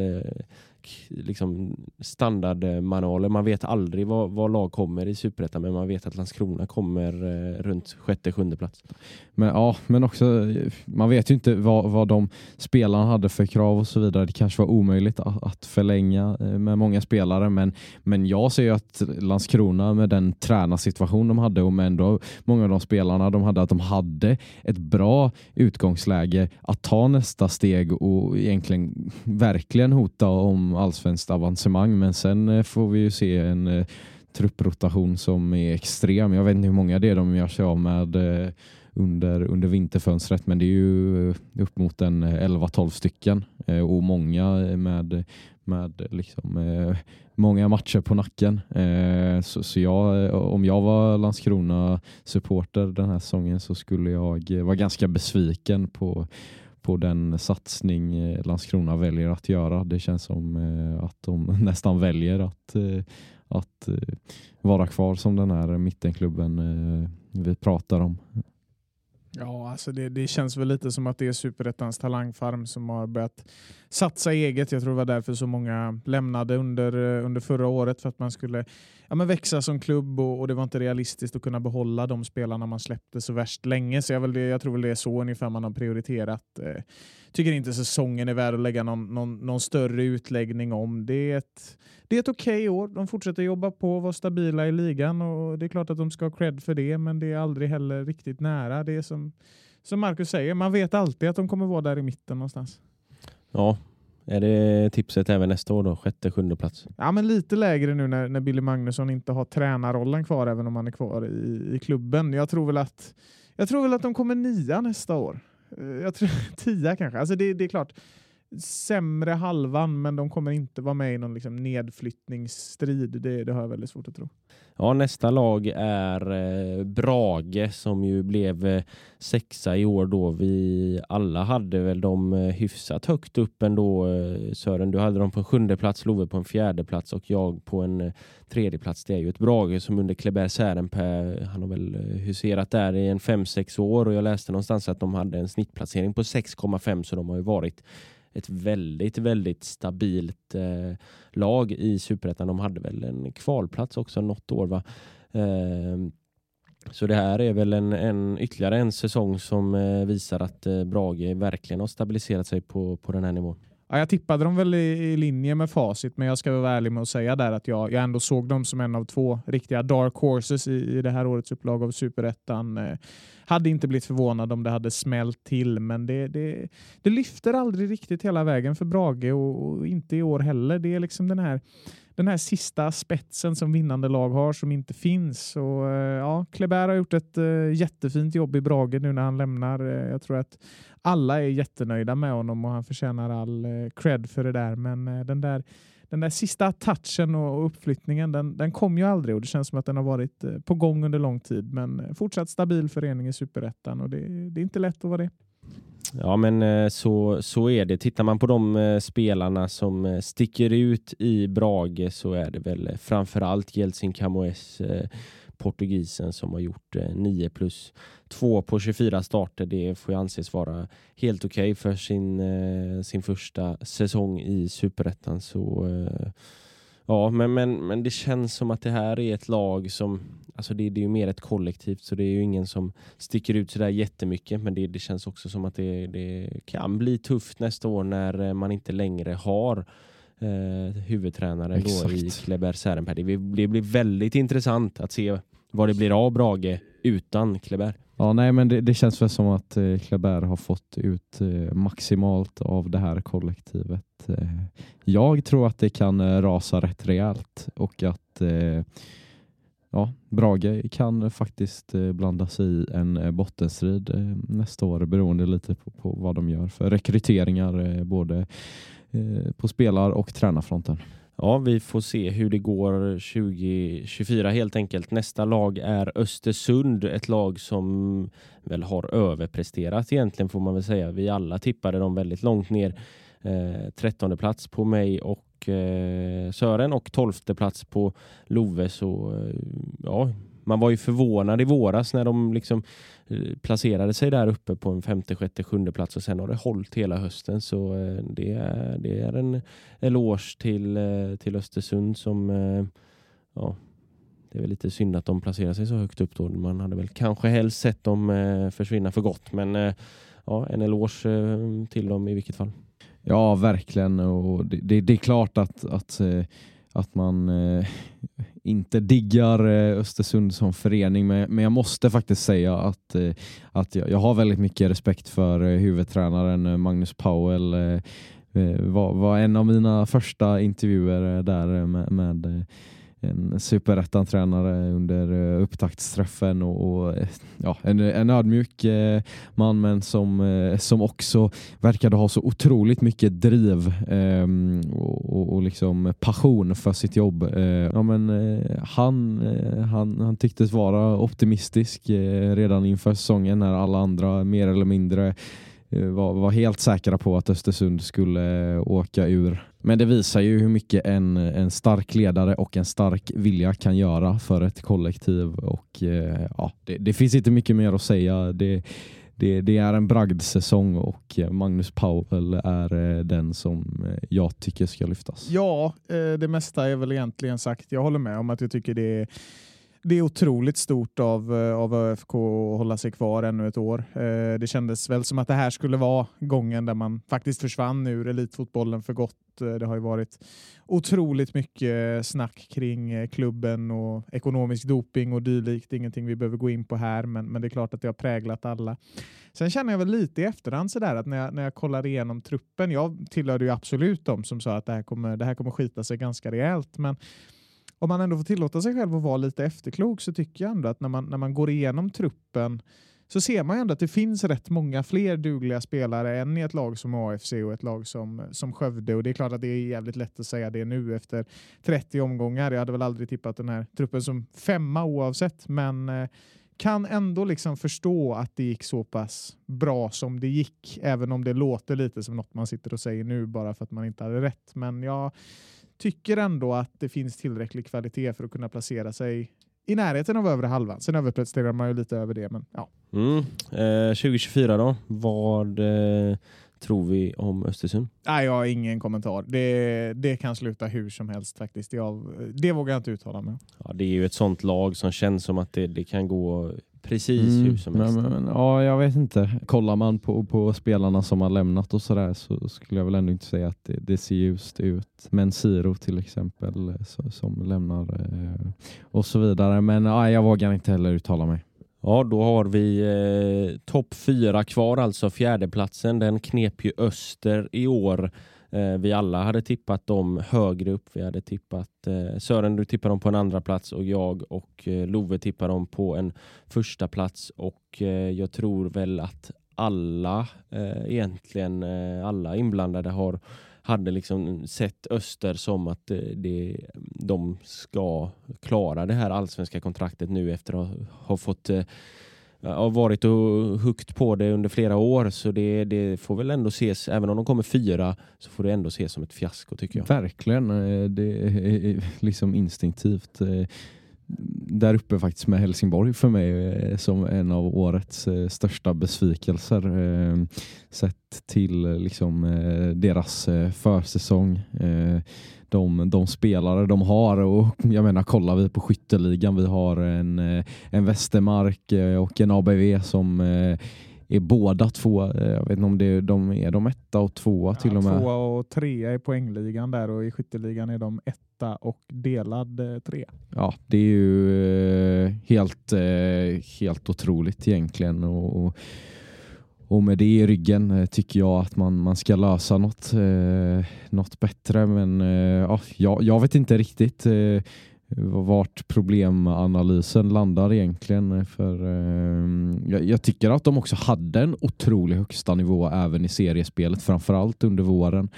liksom standardmanualer. Man vet aldrig vad lag kommer i superettan, men man vet att Landskrona kommer runt 6:e 7:e plats. Men också, man vet ju inte vad de spelarna hade för krav och så vidare. Det kanske var omöjligt att förlänga med många spelare, men jag ser ju att Landskrona med den tränarsituation de hade, och med ändå många av de spelarna de hade, att de hade ett bra utgångsläge att ta nästa steg och egentligen verkligen hota om allsvenskt avancemang. Men sen får vi ju se en trupprotation som är extrem. Jag vet inte hur många det är de gör sig av med under vinterfönstret, men det är ju upp mot en 11-12 stycken, och många med liksom många matcher på nacken. Så jag, om jag var Landskrona-supporter den här säsongen, så skulle jag vara ganska besviken på den satsning Landskrona väljer att göra. Det känns som att de nästan väljer att vara kvar som den här mittenklubben vi pratar om. Ja, alltså det känns väl lite som att det är Superettans talangfarm som har börjat satsa eget. Jag tror det var därför så många lämnade under förra året, för att man skulle växa som klubb, och det var inte realistiskt att kunna behålla de spelarna man släppte så värst länge. Så jag tror väl det är så ungefär man har prioriterat. Tycker inte säsongen är värd att lägga någon större utläggning om. Det är ett okej år. De fortsätter jobba på och vara stabila i ligan, och det är klart att de ska ha cred för det, men det är aldrig heller riktigt nära. Det är som Marcus säger, man vet alltid att de kommer vara där i mitten någonstans. Ja, är det tipset även nästa år då? 6:e 7:e plats? Ja, men lite lägre nu när Billy Magnusson inte har tränarrollen kvar, även om han är kvar i klubben. Jag tror väl att de kommer 9 nästa år. Jag tror 10 kanske. Alltså det är klart. sämre halvan, men de kommer inte vara med i någon liksom nedflyttningsstrid. Det har jag väldigt svårt att tro. Ja, nästa lag är Brage som ju blev 6 i år då. Vi alla hade väl dem hyfsat högt upp ändå. Sören, du hade dem på en 7:e plats, Love på en 4:e plats och jag på en 3:e plats. Det är ju ett Brage som under Kleber Särenpää, han har väl huserat där i en 5-6 år och jag läste någonstans att de hade en snittplacering på 6,5, så de har ju varit ett väldigt, väldigt stabilt lag i Superettan. De hade väl en kvalplats också något år, va? Så det här är väl ytterligare en säsong som visar att Brage verkligen har stabiliserat sig på den här nivån. Ja, jag tippade dem väl i linje med facit, men jag ska vara ärlig med att säga där att jag ändå såg dem som en av 2 riktiga dark horses i det här årets upplag av Superettan. Hade inte blivit förvånad om det hade smält till, men det lyfter aldrig riktigt hela vägen för Brage och inte i år heller. Det är liksom den här sista spetsen som vinnande lag har som inte finns. Och ja, Kleber har gjort ett jättefint jobb i Brage nu när han lämnar. Jag tror att alla är jättenöjda med honom och han förtjänar all cred för det där. Men den där sista touchen och uppflyttningen, den kom ju aldrig och det känns som att den har varit på gång under lång tid. Men fortsatt stabil förening i Superettan och det är inte lätt att vara det. Ja, men så är det. Tittar man på de spelarna som sticker ut i Brage så är det väl framförallt Jeltsin Camoes, portugisen, som har gjort 9+2 på 24 starter. Det får ju anses vara helt okej för sin första säsong i Superettan. Så ja, men det känns som att det här är ett lag som, alltså det är ju mer ett kollektivt, så det är ju ingen som sticker ut så där jättemycket, men det känns också som att det kan bli tufft nästa år när man inte längre har huvudtränare då i Kleber Särenpää. Det blir väldigt intressant att se vad det blir av Brage utan Kleber. Ja, nej, men det känns väl som att Kleber har fått ut maximalt av det här kollektivet. Jag tror att det kan rasa rätt rejält och att Brage kan faktiskt blanda sig i en bottenstrid nästa år beroende lite på vad de gör för rekryteringar både på spelar- och tränarfronten. Ja, vi får se hur det går 2024 helt enkelt. Nästa lag är Östersund, ett lag som väl har överpresterat egentligen, får man väl säga. Vi alla tippade dem väldigt långt ner. 13:e plats på mig och Sören och 12:e plats på Love. Så ja, man var ju förvånad i våras när de liksom placerade sig där uppe på en 5:e, 6:e, 7:e plats och sen har det hållit hela hösten. Så det är en eloge till Östersund som ja, det är väl lite synd att de placerar sig så högt upp då. Man hade väl kanske helst sett dem försvinna för gott, men ja, en eloge till dem i vilket fall. Ja, verkligen, och det är klart att man inte diggar Östersund som förening, men jag måste faktiskt säga att jag har väldigt mycket respekt för huvudtränaren Magnus Powell. Var en av mina första intervjuer där med en superettan-tränare under upptaktsträffen och ja, en ödmjuk man, men som också verkade ha så otroligt mycket driv och liksom passion för sitt jobb. Ja, men han tycktes vara optimistisk redan inför säsongen när alla andra mer eller mindre var helt säkra på att Östersund skulle åka ur. Men det visar ju hur mycket en stark ledare och en stark vilja kan göra för ett kollektiv. Och ja, det finns inte mycket mer att säga. Det är en bragdsäsong och Magnus Powell är den som jag tycker ska lyftas. Ja, det mesta är väl egentligen sagt. Jag håller med om att jag tycker det är otroligt stort av ÖFK att hålla sig kvar ännu ett år. Det kändes väl som att det här skulle vara gången där man faktiskt försvann ur elitfotbollen för gott. Det har ju varit otroligt mycket snack kring klubben och ekonomisk doping och dylikt. Ingenting vi behöver gå in på här, men det är klart att det har präglat alla. Sen känner jag väl lite i efterhand sådär att när jag kollar igenom truppen, jag tillhörde ju absolut dem som sa att det här kommer skita sig ganska rejält, men om man ändå får tillåta sig själv att vara lite efterklok så tycker jag ändå att när man går igenom truppen så ser man ju ändå att det finns rätt många fler dugliga spelare än i ett lag som AFC och ett lag som Skövde. Och det är klart att det är jävligt lätt att säga det nu efter 30 omgångar. Jag hade väl aldrig tippat den här truppen som 5 oavsett, men kan ändå liksom förstå att det gick så pass bra som det gick, även om det låter lite som något man sitter och säger nu bara för att man inte hade rätt. Men jag tycker ändå att det finns tillräcklig kvalitet för att kunna placera sig i närheten av övre halvan. Sen överpresterar man ju lite över det, men ja. 2024 då? Vad tror vi om Östersund? Nej, jag har ingen kommentar. Det kan sluta hur som helst faktiskt. Det vågar jag inte uttala mig. Ja, det är ju ett sånt lag som känns som att det kan gå precis hur som helst. Men, ja, jag vet inte. Kollar man på spelarna som har lämnat och sådär, så skulle jag väl ändå inte säga att det ser just ut. Men Siro till exempel som lämnar och så vidare. Men jag vågar inte heller uttala mig. Ja, då har vi topp 4 kvar, alltså fjärdeplatsen. Den knep ju Öster i år. Vi alla hade tippat dem högre upp. Vi hade tippat Sören, du tippade dem på en andra plats och jag och Love tippade dem på en första plats. Och jag tror väl att alla egentligen alla inblandade hade liksom sett Öster som att de ska klara det här allsvenska kontraktet nu efter att ha fått har varit och hukt på det under flera år, så det får väl ändå ses, även om de kommer 4 så får det ändå ses som ett fiasko, tycker jag. Verkligen, det är liksom instinktivt där uppe faktiskt med Helsingborg för mig som en av årets största besvikelser sett till liksom deras försäsong. De spelare de har, och jag menar, kollar vi på skytteligan, vi har en Västermark och en ABV som är båda 2, jag vet inte om de är de 1 och 2 till och med. 2 och 3 i poängligan där, och i skytteligan är de 1 och delad 3. Ja, det är ju helt otroligt egentligen, och med det i ryggen tycker jag att man ska lösa något bättre, men jag vet inte riktigt vart problemanalysen landar egentligen, för jag tycker att de också hade en otrolig högsta nivå även i seriespelet, framförallt under våren.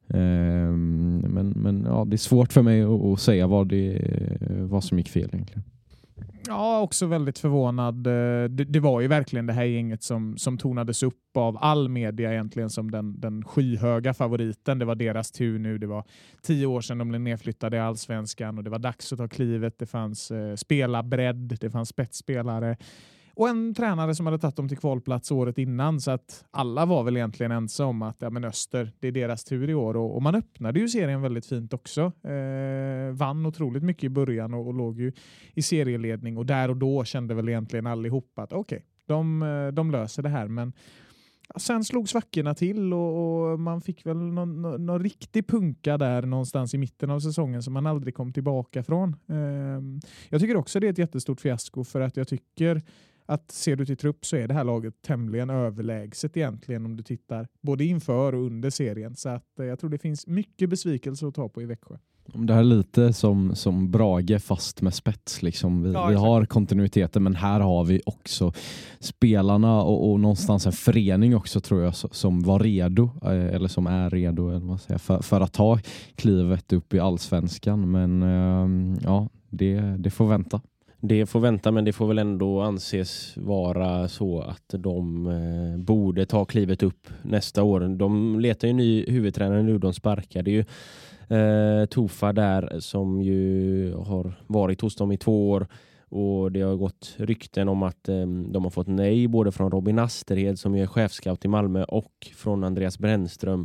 Men ja, det är svårt för mig att säga vad som gick fel egentligen. Ja, också väldigt förvånad. Det var ju verkligen det här gänget som tonades upp av all media egentligen som den skyhöga favoriten. Det var deras tur nu. Det var 10 år sedan de blev nedflyttade i Allsvenskan och det var dags att ta klivet. Det fanns spelarbredd, det fanns spetsspelare och en tränare som hade tagit dem till kvalplats året innan, så att alla var väl egentligen ensamma om att men Öster, det är deras tur i år, och man öppnade ju serien väldigt fint också. Vann otroligt mycket i början och låg ju i serieledning, och där och då kände väl egentligen allihopa att okej, de löser det här, men sen slog svackorna till och man fick väl någon riktig punka där någonstans i mitten av säsongen som man aldrig kom tillbaka från. Jag tycker också det är ett jättestort fiasko, för att jag tycker att ser du till trupp så är det här laget tämligen överlägset egentligen om du tittar både inför och under serien. Så att jag tror det finns mycket besvikelse att ta på i Växjö. Det här är lite som Brage fast med spets. Liksom. Vi har kontinuiteten, men här har vi också spelarna och någonstans en förening också, tror jag, som var redo, eller som är redo, eller vad säger, för att ta klivet upp i Allsvenskan. Men det får vänta. Det får vänta, men det får väl ändå anses vara så att de borde ta klivet upp nästa år. De letar ju ny huvudtränare nu, de sparkade ju Tofa där, som ju har varit hos dem i 2 år, och det har gått rykten om att de har fått nej både från Robin Asterhed som är chefscout i Malmö och från Andreas Brännström.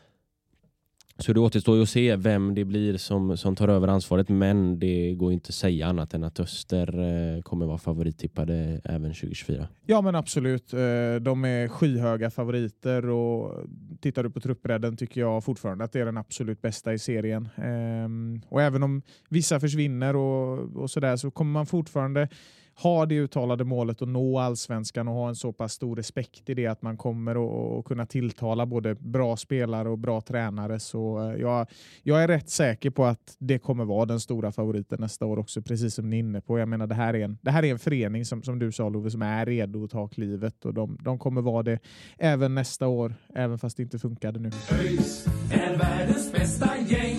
Så det återstår ju att se vem det blir som tar över ansvaret, men det går inte att säga annat än att Öster kommer vara favorittippade även 2024. Ja, men absolut. De är skyhöga favoriter, och tittar du på truppbredden tycker jag fortfarande att det är den absolut bästa i serien. Och även om vissa försvinner och sådär, så kommer man fortfarande ha det uttalade målet att nå allsvenskan och ha en så pass stor respekt i det att man kommer att kunna tilltala både bra spelare och bra tränare. Så jag är rätt säker på att det kommer vara den stora favoriten nästa år också, precis som ni är inne på. Jag menar, det här är en förening som du sa, Love, som är redo att ta klivet, och de kommer vara det även nästa år, även fast det inte funkade nu. ÖIS är världens bästa gäng.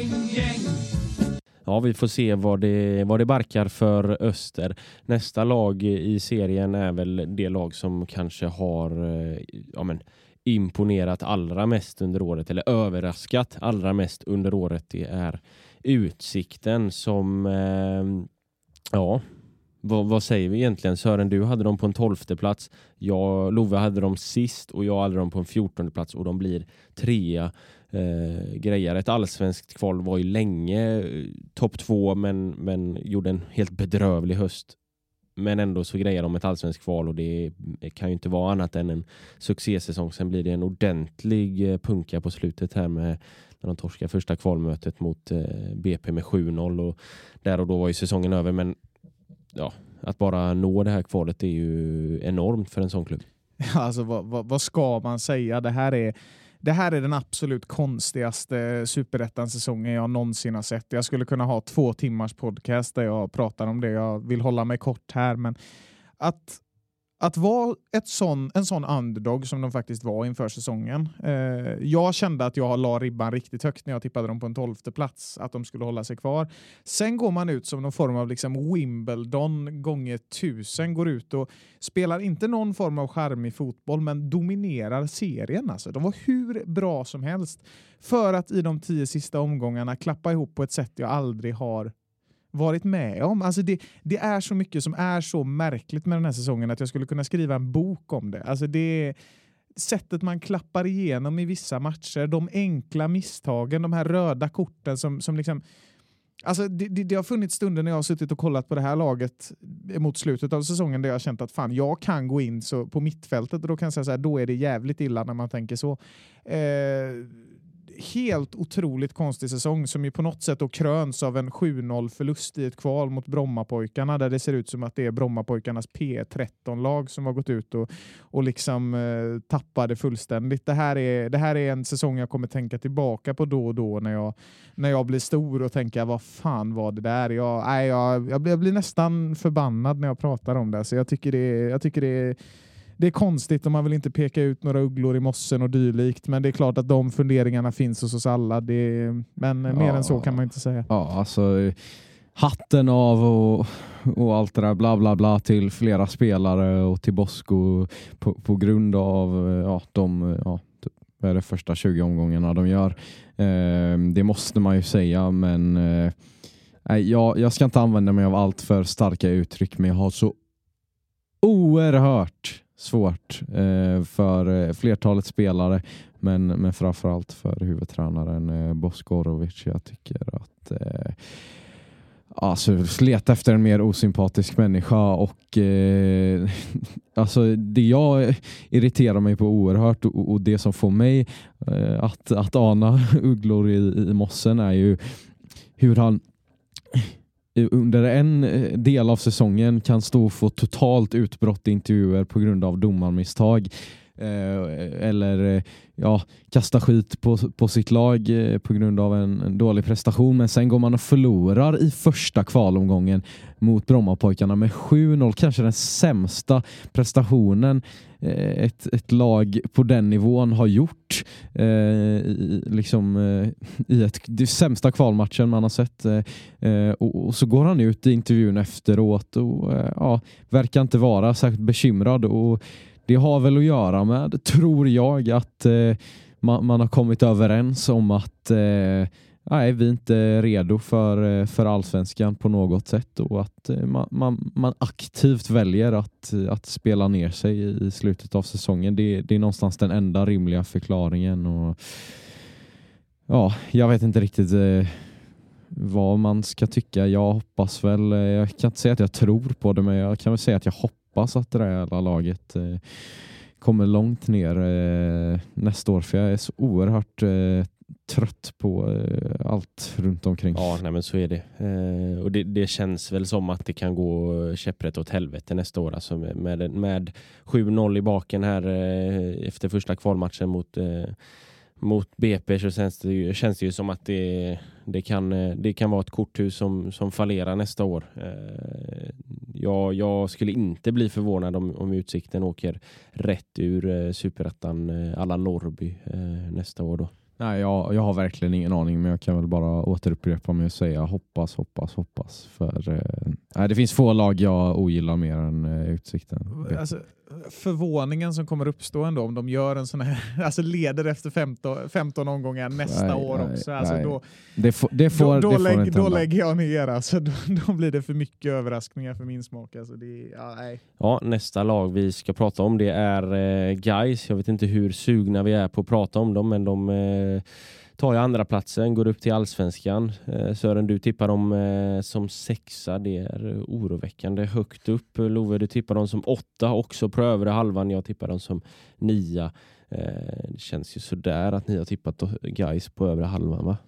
Ja, vi får se vad det barkar för Öster. Nästa lag i serien är väl det lag som kanske har imponerat allra mest under året, eller överraskat allra mest under året. Det är Utsikten som vad säger vi egentligen? Sören, du hade dem på en 12:e plats. Love hade dem sist och jag hade dem på en 14:e plats, och de blir 3 grejer. Ett allsvenskt kval var ju länge topp 2, men gjorde en helt bedrövlig höst. Men ändå så grejer de ett allsvenskt kval, och det kan ju inte vara annat än en succésäsong. Sen blir det en ordentlig punka på slutet här när de torskar första kvalmötet mot BP med 7-0, och där och då var ju säsongen över. Men ja, att bara nå det här kvalet är ju enormt för en sån klubb. Alltså vad ska man säga? Det här är den absolut konstigaste Superettan-säsongen jag någonsin har sett. Jag skulle kunna ha 2 timmars podcast där jag pratar om det. Jag vill hålla mig kort här, men att vara en sån underdog som de faktiskt var inför säsongen. Jag kände att jag la ribban riktigt högt när jag tippade dem på en 12:e plats, att de skulle hålla sig kvar. Sen går man ut som någon form av liksom Wimbledon gånger 1000, går ut och spelar inte någon form av charmig fotboll, men dominerar serien. Alltså. De var hur bra som helst, för att i de 10 sista omgångarna klappa ihop på ett sätt jag aldrig har varit med om. Alltså det är så mycket som är så märkligt med den här säsongen att jag skulle kunna skriva en bok om det. Alltså det sättet man klappar igenom i vissa matcher, de enkla misstagen, de här röda korten som liksom... Alltså det har funnits stunder när jag har suttit och kollat på det här laget mot slutet av säsongen där jag har känt att fan, jag kan gå in så på mittfältet, och då kan jag säga så här, då är det jävligt illa när man tänker så. Helt otroligt konstig säsong som ju på något sätt då kröns av en 7-0 förlust i ett kval mot Brommapojkarna, där det ser ut som att det är Brommapojkarnas P13-lag som har gått ut och liksom tappade fullständigt. Det här är en säsong jag kommer tänka tillbaka på då och då när jag blir stor och tänker, vad fan var det där? Jag blir nästan förbannad när jag pratar om det, så jag tycker det är konstigt, och man vill inte peka ut några ugglor i mossen och dylikt, men det är klart att de funderingarna finns hos oss alla. Men mer än så kan man inte säga. Ja, alltså hatten av och allt det där bla bla bla till flera spelare och till Bosko på grund av de första 20 omgångarna de gör. Det måste man ju säga, men jag ska inte använda mig av allt för starka uttryck, men jag har så oerhört svårt för flertalet spelare, men framförallt för huvudtränaren Boskorovic. Jag tycker att leta efter en mer osympatisk människa, och alltså det jag irriterar mig på oerhört, och det som får mig att ana ugglor i mossen är ju hur han under en del av säsongen kan stå och få totalt utbrott i intervjuer på grund av domarmisstag, eller kasta skit på sitt lag på grund av en dålig prestation, men sen går man och förlorar i första kvalomgången mot Brommapojkarna med 7-0, kanske den sämsta prestationen ett lag på den nivån har gjort i det sämsta kvalmatchen man har sett, och så går han ut i intervjun efteråt och verkar inte vara särskilt bekymrad, och det har väl att göra med, tror jag, att man har kommit överens om att vi är inte redo för allsvenskan på något sätt, och att man aktivt väljer att spela ner sig i slutet av säsongen. Det är någonstans den enda rimliga förklaringen, och jag vet inte riktigt vad man ska tycka. Jag hoppas väl, jag kan inte säga att jag tror på det, men jag kan väl säga att jag hoppas att det här laget kommer långt ner nästa år, för jag är så oerhört trött på allt runt omkring. Ja, nej, men så är det. Och det känns väl som att det kan gå käpprätt åt helvete nästa år. Alltså med 7-0 i baken här efter första kvalmatchen mot BP, så känns det ju som att det kan vara ett korthus som fallerar nästa år. Jag skulle inte bli förvånad om Utsikten åker rätt ur Superettan alla Norrby nästa år då. Nej, jag har verkligen ingen aning, men jag kan väl bara återupprepa mig och säga hoppas. För det finns få lag jag ogillar mer än Utsikten. Alltså, förvåningen som kommer uppstå ändå om de gör en sån här, alltså leder efter 15 omgångar nästa år också. Alltså då lägger jag ner. Alltså, då blir det för mycket överraskningar för min smak. Alltså, Ja, nästa lag vi ska prata om, det är Gais. Jag vet inte hur sugna vi är på att prata om dem, men de tar ju andra platsen, går upp till Allsvenskan. Sören, du tippar dem som 6. Det är oroväckande högt upp. Love, du tippar dem som 8, också på övre halvan. Jag tippar dem som 9. Det känns ju sådär att ni har tippat Gais på övre halvan, va?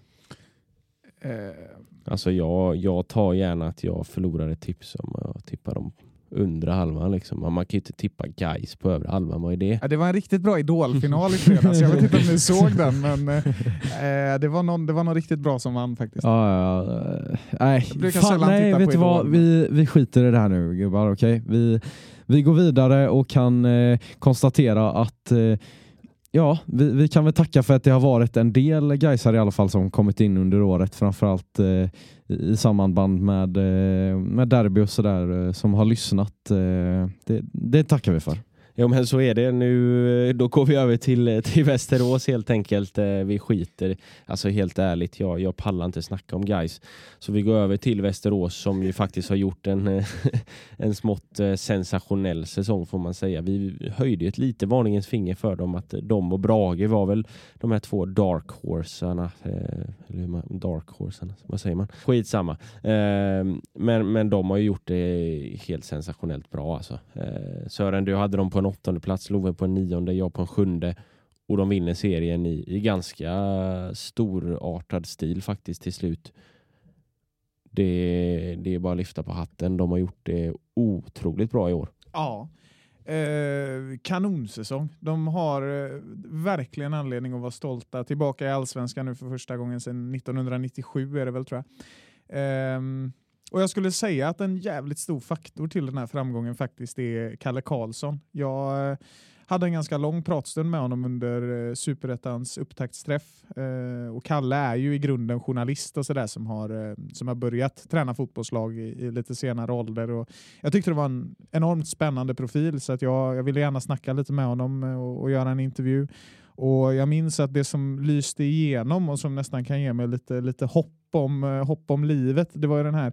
Alltså jag tar gärna att jag förlorar ett tips om jag tippar dem undre halvan liksom. Man kan ju inte tippa Gais på övre halvan, vad är det? Ja, det var en riktigt bra idolfinal i fredags. Jag vet inte om ni såg den, men det var någon riktigt bra som vann faktiskt. Nej, vet du vad? Vi skiter i det här nu, gubbar, okej? Vi går vidare och kan konstatera att vi kan väl tacka för att det har varit en del Gaisar i alla fall som kommit in under året, framförallt i samband med derby och sådär, som har lyssnat. Det tackar vi för. Ja, men så är det nu. Då går vi över till Västerås helt enkelt. Vi skiter, alltså helt ärligt, jag pallar inte snacka om Gais. Så vi går över till Västerås som ju faktiskt har gjort en smått sensationell säsong, får man säga. Vi höjde ett lite varningens finger för dem, att de och Brage var väl de här 2 dark horsarna. Dark horsarna, vad säger man? Skitsamma. Men de har ju gjort det helt sensationellt bra alltså. Sören, du hade dem på en 8:e plats, Love på en 9:e, jag på en 7:e, och de vinner serien i ganska storartad stil faktiskt till slut. Det är bara att lyfta på hatten. De har gjort det otroligt bra i år. Ja. Kanonsäsong. De har verkligen anledning att vara stolta. Tillbaka i Allsvenskan nu för första gången sedan 1997 är det väl, tror jag. Och jag skulle säga att en jävligt stor faktor till den här framgången faktiskt är Kalle Karlsson. Jag hade en ganska lång pratstund med honom under Superettans upptaktsträff. Och Kalle är ju i grunden journalist och sådär som har börjat träna fotbollslag i lite senare ålder. Och jag tyckte det var en enormt spännande profil, så att jag ville gärna snacka lite med honom och göra en intervju. Och jag minns att det som lyste igenom och som nästan kan ge mig lite hopp om livet, det var ju den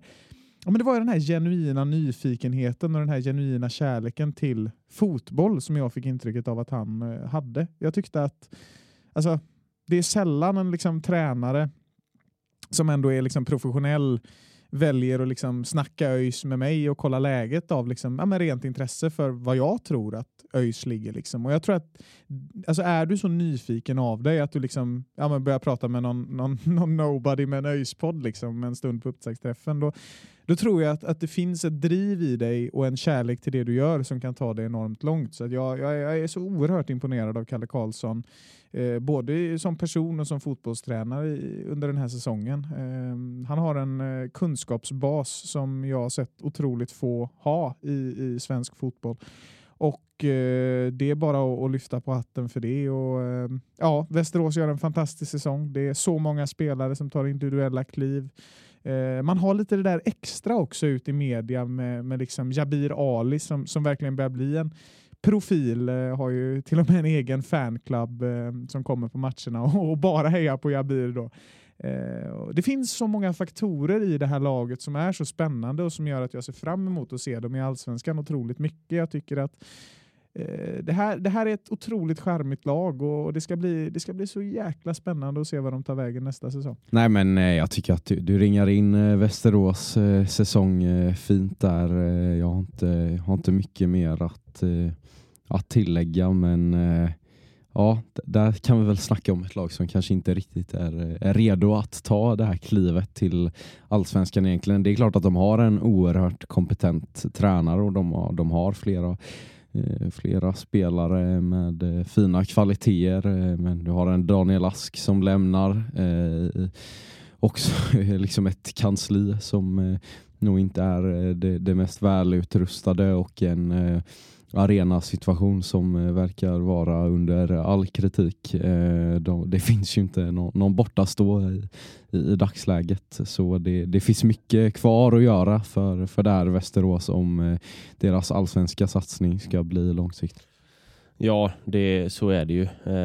här genuina nyfikenheten och den här genuina kärleken till fotboll som jag fick intrycket av att han hade. Jag tyckte att alltså, det är sällan en liksom tränare som ändå är liksom professionell väljer att liksom snacka ÖIS med mig och kolla läget av liksom, rent intresse för vad jag tror att ÖIS ligger. Liksom. Och jag tror att alltså, är du så nyfiken av dig att du liksom, börjar prata med någon nobody med en ÖIS-podd liksom, en stund på upptaktsträffen, då tror jag att det finns ett driv i dig och en kärlek till det du gör som kan ta dig enormt långt. Så att jag är så oerhört imponerad av Kalle Karlsson. Både som person och som fotbollstränare under den här säsongen. Han har en kunskapsbas som jag har sett otroligt få ha i svensk fotboll. Och det är bara att lyfta på hatten för det. Och Västerås gör en fantastisk säsong. Det är så många spelare som tar individuella kliv. Man har lite det där extra också ut i media med liksom Jabir Ali som verkligen börjar bli en profil, har ju till och med en egen fanklubb som kommer på matcherna och bara hejar på Jabir då. Det finns så många faktorer i det här laget som är så spännande och som gör att jag ser fram emot att se dem i Allsvenskan otroligt mycket. Jag tycker att det här är ett otroligt charmigt lag och det ska bli så jäkla spännande att se vad de tar vägen nästa säsong. Nej, men jag tycker att du ringar in Västerås säsong fint där. Jag har inte mycket mer att tillägga, men ja, där kan vi väl snacka om ett lag som kanske inte riktigt är redo att ta det här klivet till allsvenskan egentligen. Det är klart att de har en oerhört kompetent tränare och de har flera spelare med fina kvaliteter, men du har en Daniel Ask som lämnar, också liksom ett kansli som nog inte är det mest välutrustade och en arenasituation som verkar vara under all kritik. Det finns ju inte någon bortastå i dagsläget, så det finns mycket kvar att göra för det här Västerås om deras allsvenska satsning ska bli långsiktig. Ja, så är det ju.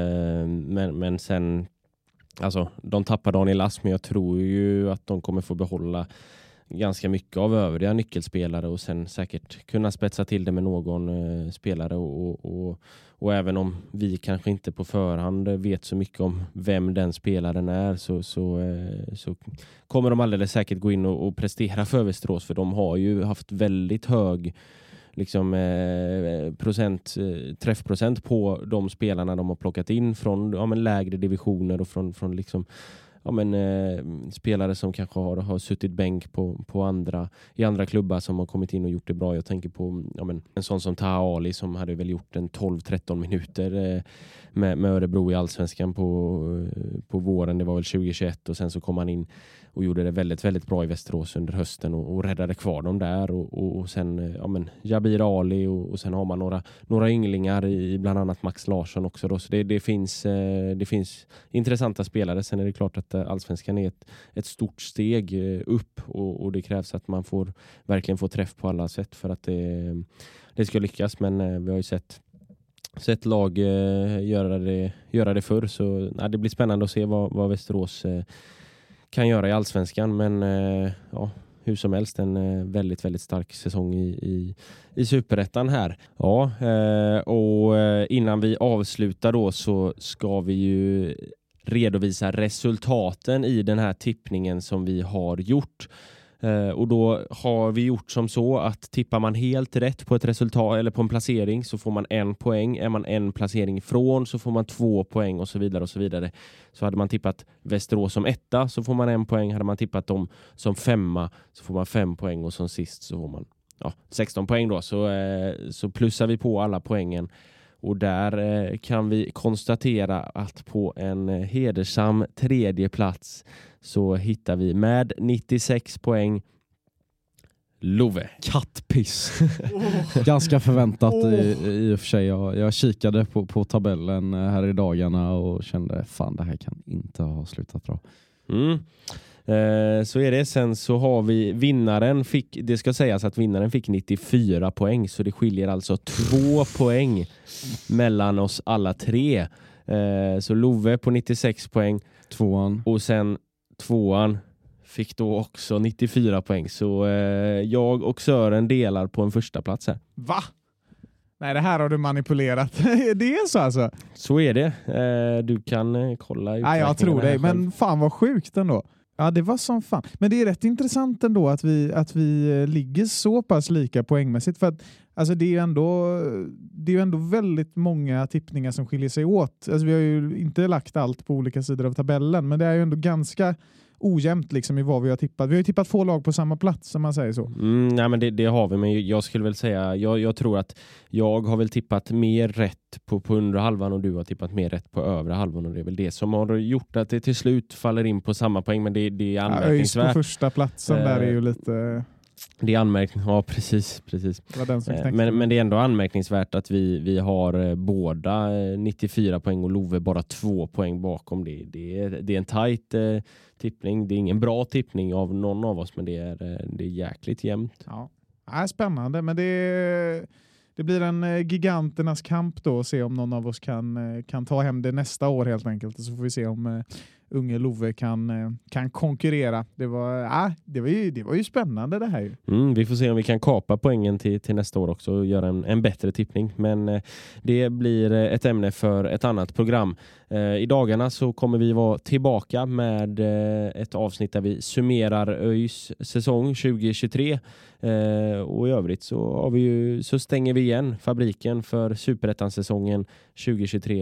Men sen, alltså, de tappar Daniel Ask, men jag tror ju att de kommer få behålla ganska mycket av övriga nyckelspelare och sen säkert kunna spetsa till det med någon spelare och även om vi kanske inte på förhand vet så mycket om vem den spelaren är så kommer de alldeles säkert gå in och prestera för Västerås, för de har ju haft väldigt hög liksom, träffprocent på de spelarna de har plockat in från lägre divisioner och från liksom spelare som kanske har suttit bänk i andra klubbar som har kommit in och gjort det bra. Jag tänker på en sån som Taha Ali som hade väl gjort en 12-13 minuter med Örebro i allsvenskan på våren. Det var väl 2021 och sen så kom han in och gjorde det väldigt, väldigt bra i Västerås under hösten och räddade kvar dem där och sen Jabir Ali och sen har man några ynglingar i bland annat Max Larsson också då. Så det finns intressanta spelare. Sen är det klart att allsvenskan är ett stort steg upp och det krävs att man verkligen får träff på alla sätt för att det ska lyckas, men vi har ju sett lag göra det förr, så det blir spännande att se vad Västerås kan göra i allsvenskan, men hur som helst en väldigt, väldigt stark säsong i Superettan här. Ja, och innan vi avslutar då så ska vi ju redovisa resultaten i den här tippningen som vi har gjort. Och då har vi gjort som så att tippar man helt rätt på ett resultat eller på en placering så får man 1 poäng. Är man en placering ifrån så får man 2 poäng och så vidare och så vidare. Så hade man tippat Västerås som 1 så får man 1 poäng. Hade man tippat dem som 5 så får man 5 poäng och som sist så får man 16 poäng då. Så plussar vi på alla poängen. Och där kan vi konstatera att på en hedersam 3:e plats så hittar vi med 96 poäng Love. Kattpiss. Ganska förväntat i och för sig. Jag kikade på tabellen här i dagarna och kände fan, det här kan inte ha slutat bra. Så är det. Sen så har vi det ska sägas att vinnaren fick 94 poäng, så det skiljer alltså 2 poäng mellan oss alla tre. Så Love på 96 poäng, 2:an, och sen 2:an fick då också 94 poäng. Så jag och Sören delar på en första plats här. Va? Nej, det här har du manipulerat. Det är så alltså? Så är det. Du kan kolla. Nej, jag tror det. Men fan vad sjukt ändå. Ja, det var som fan. Men det är rätt intressant ändå att vi ligger så pass lika poängmässigt. För att alltså, det är ju ändå väldigt många tippningar som skiljer sig åt. Alltså, vi har ju inte lagt allt på olika sidor av tabellen, men det är ju ändå ganska ojämnt liksom i vad vi har tippat. Vi har ju tippat 2 lag på samma plats, som man säger så. Nej, men det har vi. Men jag skulle väl säga, jag tror att jag har väl tippat mer rätt på undre halvan och du har tippat mer rätt på övre halvan, och det är väl det som har gjort att det till slut faller in på samma poäng, men det är anmärkningsvärt. På första platsen där är ju lite... Det är anmärkningsvärt, ja precis. Men det är ändå anmärkningsvärt att vi har båda 94 poäng och Love bara 2 poäng bakom. Det är en tajt tippning. Det är ingen bra tippning av någon av oss, men det är jäkligt jämnt. Ja, spännande, men det blir en giganternas kamp då, och se om någon av oss kan ta hem det nästa år helt enkelt. Och så får vi se om unge Love kan konkurrera. Det var ju spännande det här ju. Vi får se om vi kan kapa poängen till nästa år också och göra en bättre tippning. Men det blir ett ämne för ett annat program. I dagarna så kommer vi vara tillbaka med ett avsnitt där vi summerar ÖIS säsong 2023. Och i övrigt så stänger vi igen fabriken för Superettan-säsongen 2023.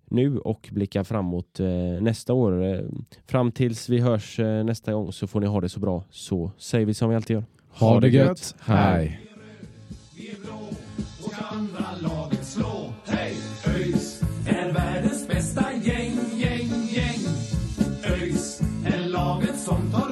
nu och blicka framåt nästa år. Fram tills vi hörs nästa gång så får ni ha det så bra. Så säger vi som vi alltid gör. Ha det gött. Hej. Vi är blå och andra laget slå. Hej! ÖIS är världens bästa gäng. ÖIS är laget som tar